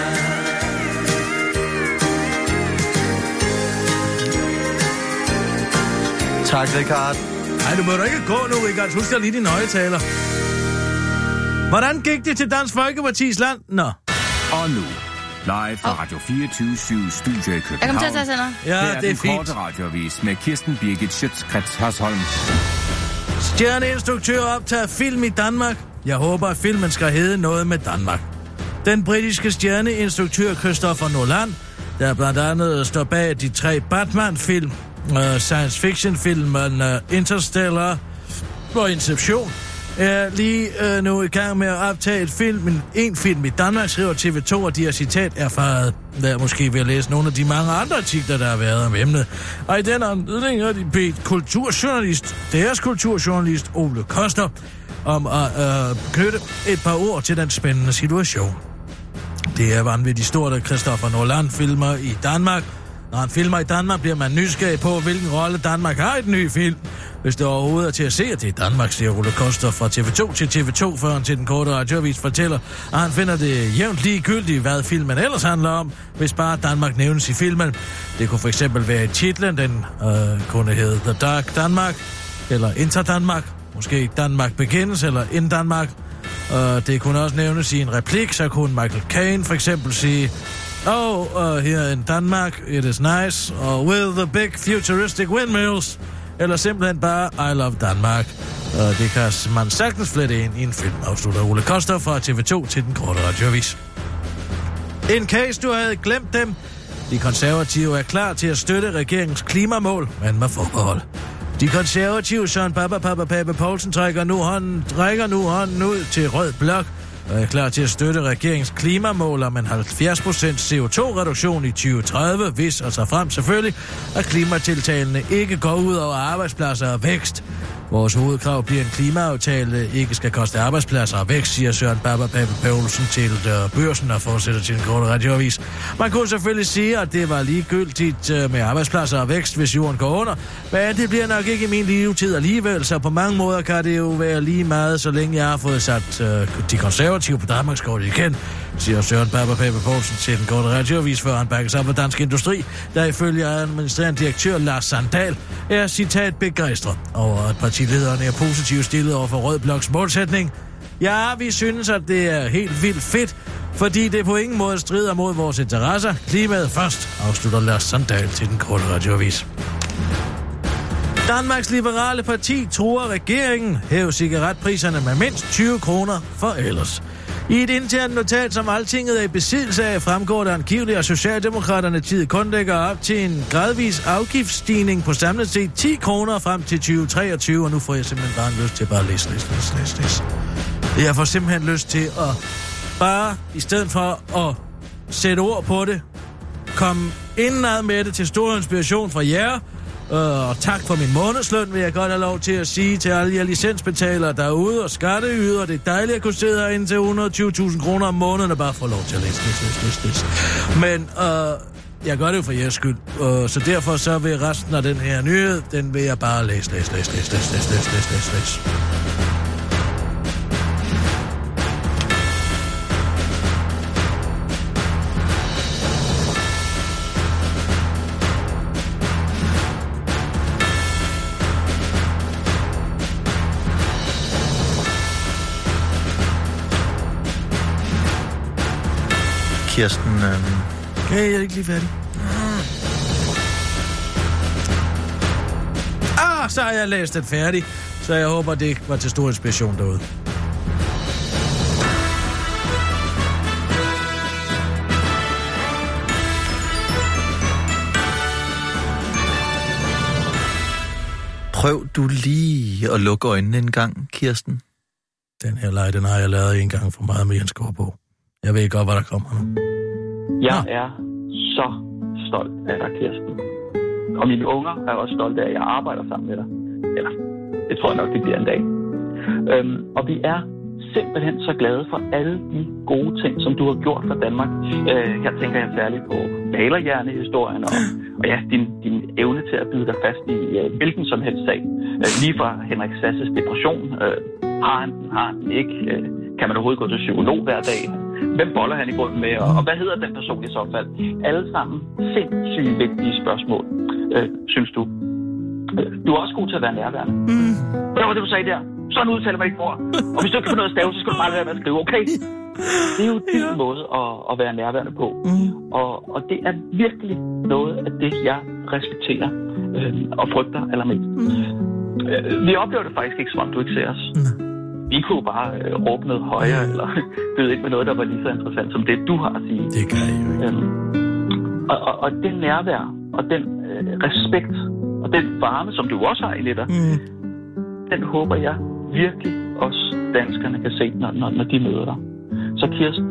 Speaker 4: Tak, Richard.
Speaker 6: Nej, du må da ikke gå nu, Richard. Husk dig lige dine højtaler. Hvordan gik det til Dansk Folkepartis land? Nå.
Speaker 7: Og nu, live fra Radio 24/7 Studio i København.
Speaker 3: Jeg kommer til at tage sender.
Speaker 6: Ja, det er fint.
Speaker 7: Korte radioavis med Kirsten Birgit Schøtz-Krets Hørsholm.
Speaker 6: Stjerneinstruktør optager film i Danmark. Jeg håber, at filmen skal hedde noget med Danmark. Den britiske stjerneinstruktør Christopher Nolan, der blandt andet står bag de 3 Batman-film, science fiction-filmen Interstellar og Inception, er lige nu i gang med at optage en film i Danmark, skriver TV2, og de har citat erfaret. Der måske vil læse nogle af de mange andre artikler, der har været om emnet. Og i den anledning har de bedt deres kulturjournalist Ole Koster, om at knytte et par ord til den spændende situation. Det er vanvittigt stort, at Christopher Nolan filmer i Danmark. Når han filmer i Danmark, bliver man nysgerrig på, hvilken rolle Danmark har i den nye film. Hvis det overhovedet er til at se, at det er Danmark, siger Ole Koster fra TV2 til TV2, før han til den korte radioavis fortæller, at han finder det jævnt ligegyldigt, hvad filmen ellers handler om, hvis bare Danmark nævnes i filmen. Det kunne for eksempel være i titlen, den kunne hedde The Dark Danmark, eller Inter Danmark, måske Danmark Begins, eller In Danmark. Det kunne også nævnes i en replik, så kunne Michael Caine for eksempel sige, here in Denmark, it is nice, with the big futuristic windmills, eller simpelthen bare, I love Denmark. Det kan man sagtens flette ind i en film, afslutter Ole Koster fra TV2 til den korte radioavis. In case du havde glemt dem, de konservative er klar til at støtte regeringens klimamål, men med forbehold. De konservative Søren Pape Poulsen trækker nu hånden ud til rød blok, og er klar til at støtte regeringens klimamål om en 70% CO2-reduktion i 2030, hvis og så frem selvfølgelig, at klimatiltagene ikke går ud over arbejdspladser og vækst. Vores hovedkrav bliver en klimaaftale, ikke skal koste arbejdspladser og vækst, siger Søren Pape Poulsen til Børsen og fortsætter til en korte radioavis. Man kunne selvfølgelig sige, at det var ligegyldigt med arbejdspladser og vækst, hvis jorden går under, men det bliver nok ikke i min levetid alligevel, så på mange måder kan det jo være lige meget, så længe jeg har fået sat de konservative på Danmarkskortet igen, siger Søren Pape Poulsen til den korte radioavis, før han bakkes op af Dansk Industri, der ifølge administrerende direktør Lars Sandal er citat begejstret over, at partilederne er positivt stillet over for Rød Bloks målsætning. Ja, vi synes, at det er helt vildt fedt, fordi det på ingen måde strider mod vores interesser. Klimaet først, afslutter Lars Sandal til den korte radioavis. Danmarks Liberale Parti truer regeringen hæve cigaretpriserne med mindst 20 kroner for ellers. I et internt notat, som Altinget er i besiddelse af, fremgår der angiveligt, at Socialdemokraterne tid kun lægger op til en gradvis afgiftsstigning på samlet set 10 kroner frem til 2023, og nu får jeg simpelthen bare lyst til bare at læse. Jeg får simpelthen lyst til at bare, i stedet for at sætte ord på det, komme indenad med det til stor inspiration fra jer. Og tak for min månedsløn, vil jeg godt have lov til at sige til alle jer licensbetalere derude og skatteyder. Det er dejligt at kunne sidde herinde til 120.000 kroner om måneden og bare få lov til at læse. Men jeg gør det jo for jeres skyld, så derfor så vil resten af den her nyhed, den vil jeg bare læse.
Speaker 4: Kirsten...
Speaker 6: Okay, jeg er ikke lige færdig. Så har jeg læst den færdig, så jeg håber, det var til stor inspiration derude.
Speaker 4: Prøv du lige at lukke øjnene en gang, Kirsten.
Speaker 6: Den her leg, den har jeg lavet en gang for meget med Jens Gårdbo. Jeg ved godt, hvad der kommer nu.
Speaker 8: Jeg er så stolt af dig, Kirsten. Og mine unger er også stolte af, at jeg arbejder sammen med dig. Eller, det tror jeg nok, det bliver en dag. Og vi er simpelthen så glade for alle de gode ting, som du har gjort for Danmark. Her tænker jeg særligt på malerhjernehistorien og ja, din evne til at bide dig fast i hvilken som helst sag. Lige fra Henrik Sasses depression. Har han den ikke? Kan man overhovedet gå til psykolog hver dag? Hvem boller han i grunden med? Og hvad hedder den person i så fald? Alle sammen sindssygt vigtige spørgsmål, synes du. Du er også god til at være nærværende. Hvad var det, du sagde der? Sådan udtaler man ikke for. Og hvis du ikke kan få noget at stave, så skal du bare lade være med at skrive, okay? Det er jo din måde at være nærværende på. Og det er virkelig noget af det, jeg respekterer og frygter allermest. Vi oplever det faktisk ikke, som om du ikke ser os. Vi kunne bare råbe noget højere, eller byde ind med noget, der var lige så interessant, som det, du har at sige.
Speaker 6: Det kan jeg jo ikke.
Speaker 8: Og den nærvær, og den respekt, og den varme, som du også har i lidt, den håber jeg virkelig, os danskerne kan se, når de møder dig. Så Kirsten,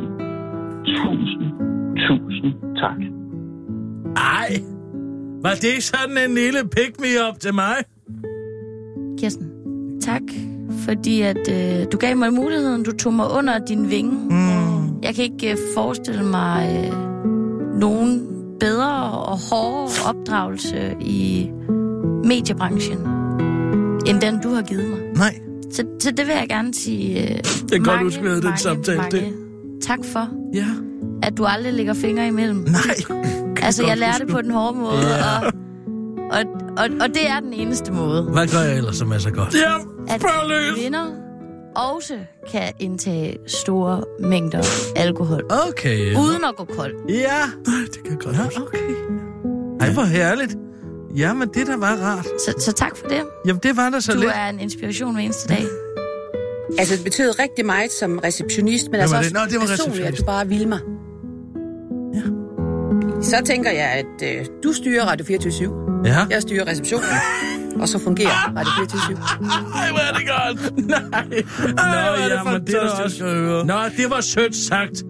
Speaker 8: tusind tak.
Speaker 6: Ej, var det sådan en lille pick-me-up til mig?
Speaker 3: Kirsten, tak, fordi at du gav mig muligheden. Du tog mig under din vinge. Jeg kan ikke forestille mig nogen bedre og hårdere opdragelse i mediebranchen, end den, du har givet mig.
Speaker 6: Nej.
Speaker 3: Så det vil jeg gerne sige
Speaker 6: jeg kan godt huske, vi havde den samtale.
Speaker 3: Tak for,
Speaker 6: ja.
Speaker 3: At du aldrig lægger fingre imellem.
Speaker 6: Nej.
Speaker 3: Altså, jeg lærte det på den hårde måde, ja. og det er den eneste måde.
Speaker 6: Hvad gør jeg ellers, som er så godt? Ja,
Speaker 3: at kvinder også kan indtage store mængder alkohol.
Speaker 6: Okay.
Speaker 3: Uden at gå kold.
Speaker 6: Ja. Det kan jeg godt huske. Okay. Ej, hvor herligt. Jamen, det der var rart.
Speaker 3: Så tak for det.
Speaker 6: Jamen, det var der så lidt.
Speaker 3: Du er en inspiration hver eneste dag.
Speaker 9: Altså, det betød rigtig meget som receptionist, men altså også personligt, at du bare vil mig.
Speaker 6: Ja.
Speaker 9: Så tænker jeg, at du styrer Radio 24/7.
Speaker 6: Ja.
Speaker 9: Jeg styrer receptionen. Og så fungerer Radio 24/7.
Speaker 6: Ej, hvor er det godt. Nej. Nå, jamen, det er også høre. Nå, det var sødt sagt.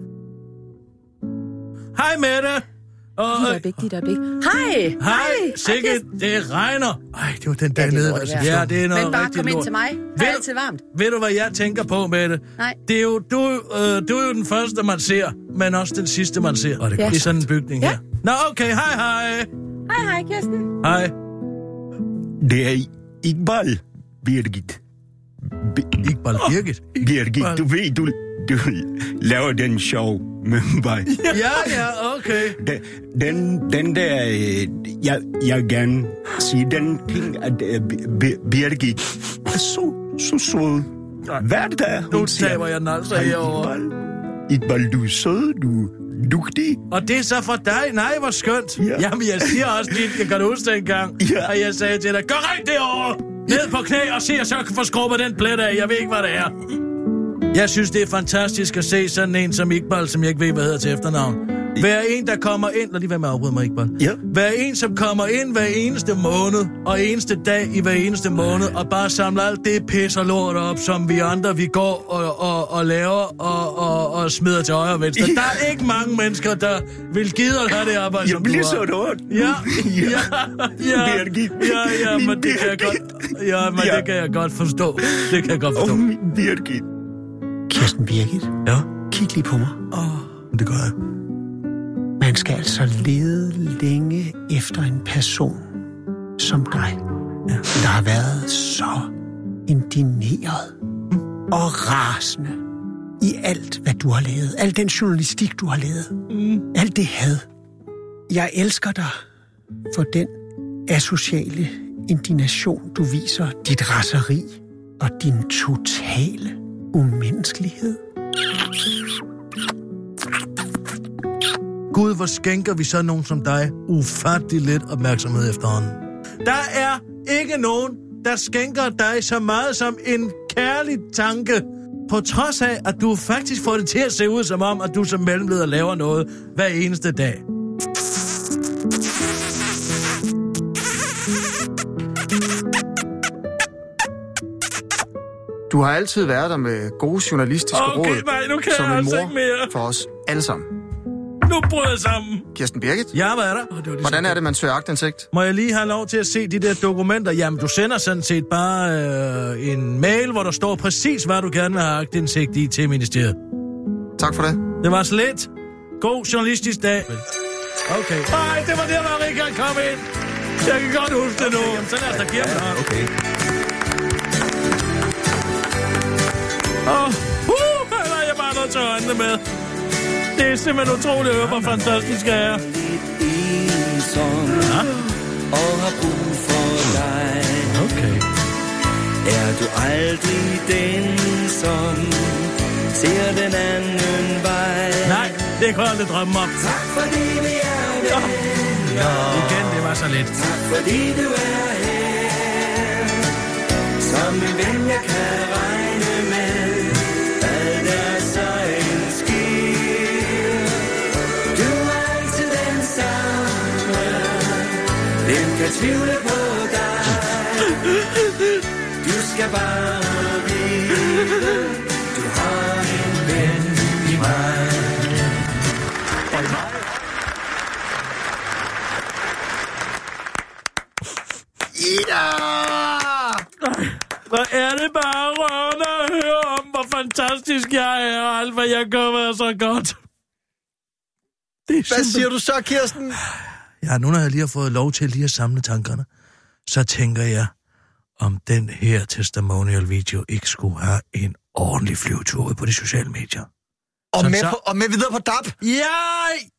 Speaker 6: Hej, Mette.
Speaker 9: Dit øjeblik. Hej.
Speaker 6: Sikke, det regner. Ej, det var den der nede. Ja, det er noget.
Speaker 9: Men bare
Speaker 6: rigtig
Speaker 9: kom ind til mig. Det er altid varmt.
Speaker 6: Ved du, hvad jeg tænker på, Mette?
Speaker 9: Nej.
Speaker 6: Det er jo, du er jo den første, man ser, men også den sidste, man ser. Og det er sådan en bygning her. Nå, okay. Hej.
Speaker 9: Hej, Kirsten.
Speaker 6: Hej.
Speaker 10: Det er Iqbal, Birgit.
Speaker 6: Iqbal Birgit?
Speaker 10: Birgit, du ved, du laver den show med mig.
Speaker 6: Ja, okay.
Speaker 10: Den der, jeg gerne sige, den ting, at Birgit er så sød. Hver dag,
Speaker 6: nu taber jeg den altså herovre.
Speaker 10: Iqbal, du er sød, du er dygtig.
Speaker 6: Og det er så for dig? Nej, hvor skønt. Ja. Jamen, jeg siger også lige, jeg kan huske det engang, og jeg sagde til dig, gå rigtig derovre, ned på knæ og se, så jeg kan få skrubbet den plet af. Jeg ved ikke, hvad det er. Jeg synes, det er fantastisk at se sådan en som Iqbal, som jeg ikke ved, hvad hedder til efternavn. Hver en, der kommer ind... Lad lige være med at afbryde mig, Iqbal. Ja. Hver en, som kommer ind hver eneste måned, og eneste dag i hver eneste måned, og bare samler alt det pis og lort op, som vi andre, vi går og laver og smider til højre og venstre. Der er ikke mange mennesker, der vil gide at have det arbejde, som du har.
Speaker 10: Jeg bliver så dårligt.
Speaker 6: Ja, men det kan jeg godt... Ja, men det kan jeg godt forstå. Det kan jeg godt forstå.
Speaker 10: Birgit.
Speaker 11: Kirsten Birgit.
Speaker 6: Ja?
Speaker 11: Kig lige på mig.
Speaker 6: Det gør jeg.
Speaker 11: Man skal altså lede længe efter en person som dig, der har været så indigneret og rasende i alt, hvad du har lavet. Al den journalistik, du har lavet. Alt det had. Jeg elsker dig for den asociale indignation, du viser, dit raseri og din totale umenneskelighed.
Speaker 6: Gud, hvor skænker vi så nogen som dig ufattelig lidt opmærksomhed efterhånden. Der er ikke nogen, der skænker dig så meget som en kærlig tanke, på trods af, at du faktisk får det til at se ud som om, at du som mellemleder laver noget hver eneste dag.
Speaker 11: Du har altid været der med gode journalistiske råd,
Speaker 6: nu kan
Speaker 11: som
Speaker 6: jeg
Speaker 11: en
Speaker 6: altså
Speaker 11: mor
Speaker 6: ikke mere.
Speaker 11: For os alle sammen.
Speaker 6: Nu bryder jeg sammen.
Speaker 11: Kirsten Birgit?
Speaker 6: Ja, hvad er der?
Speaker 11: Hvordan er det, man søger aktindsigt?
Speaker 6: Må jeg lige have lov til at se de der dokumenter? Jamen, du sender sådan set bare en mail, hvor der står præcis, hvad du gerne vil have aktindsigt i til ministeriet.
Speaker 11: Tak for det.
Speaker 6: Det var så lidt. God journalistisk dag. Okay. Nej, det var der, hvor Richard kom ind. Jeg kan godt huske det nu. Jamen, så lad os da give ham.
Speaker 11: Okay.
Speaker 6: Jeg er bare nødt til at øjnene med. Det er simpelthen utroligt at høre, hvor fantastisk jeg er.
Speaker 12: Og har brug for dig.
Speaker 6: Okay.
Speaker 12: Er du aldrig den, som ser den anden vej?
Speaker 6: Nej, det kan jeg aldrig drømme om.
Speaker 12: Tak fordi vi er venner.
Speaker 6: Igen, det var så lidt.
Speaker 12: Tak fordi du er her. Som en ven, jeg kan regne med. Hvad der så end sker. Du er altid den samme. Hvem kan tvivle på dig? Du skal bare vide, du har en ven i mig.
Speaker 11: Ida!
Speaker 6: Hvor er det bare rørende at høre om, hvor fantastisk jeg er, og alt, hvad jeg gør, er så godt.
Speaker 4: Hvad siger du så, Kirsten?
Speaker 6: Ja, nu når jeg lige har fået lov til lige at samle tankerne, så tænker jeg, om den her testimonial-video ikke skulle have en ordentlig flyvetur ud på de sociale medier.
Speaker 4: Og med videre på DAP?
Speaker 6: Ja!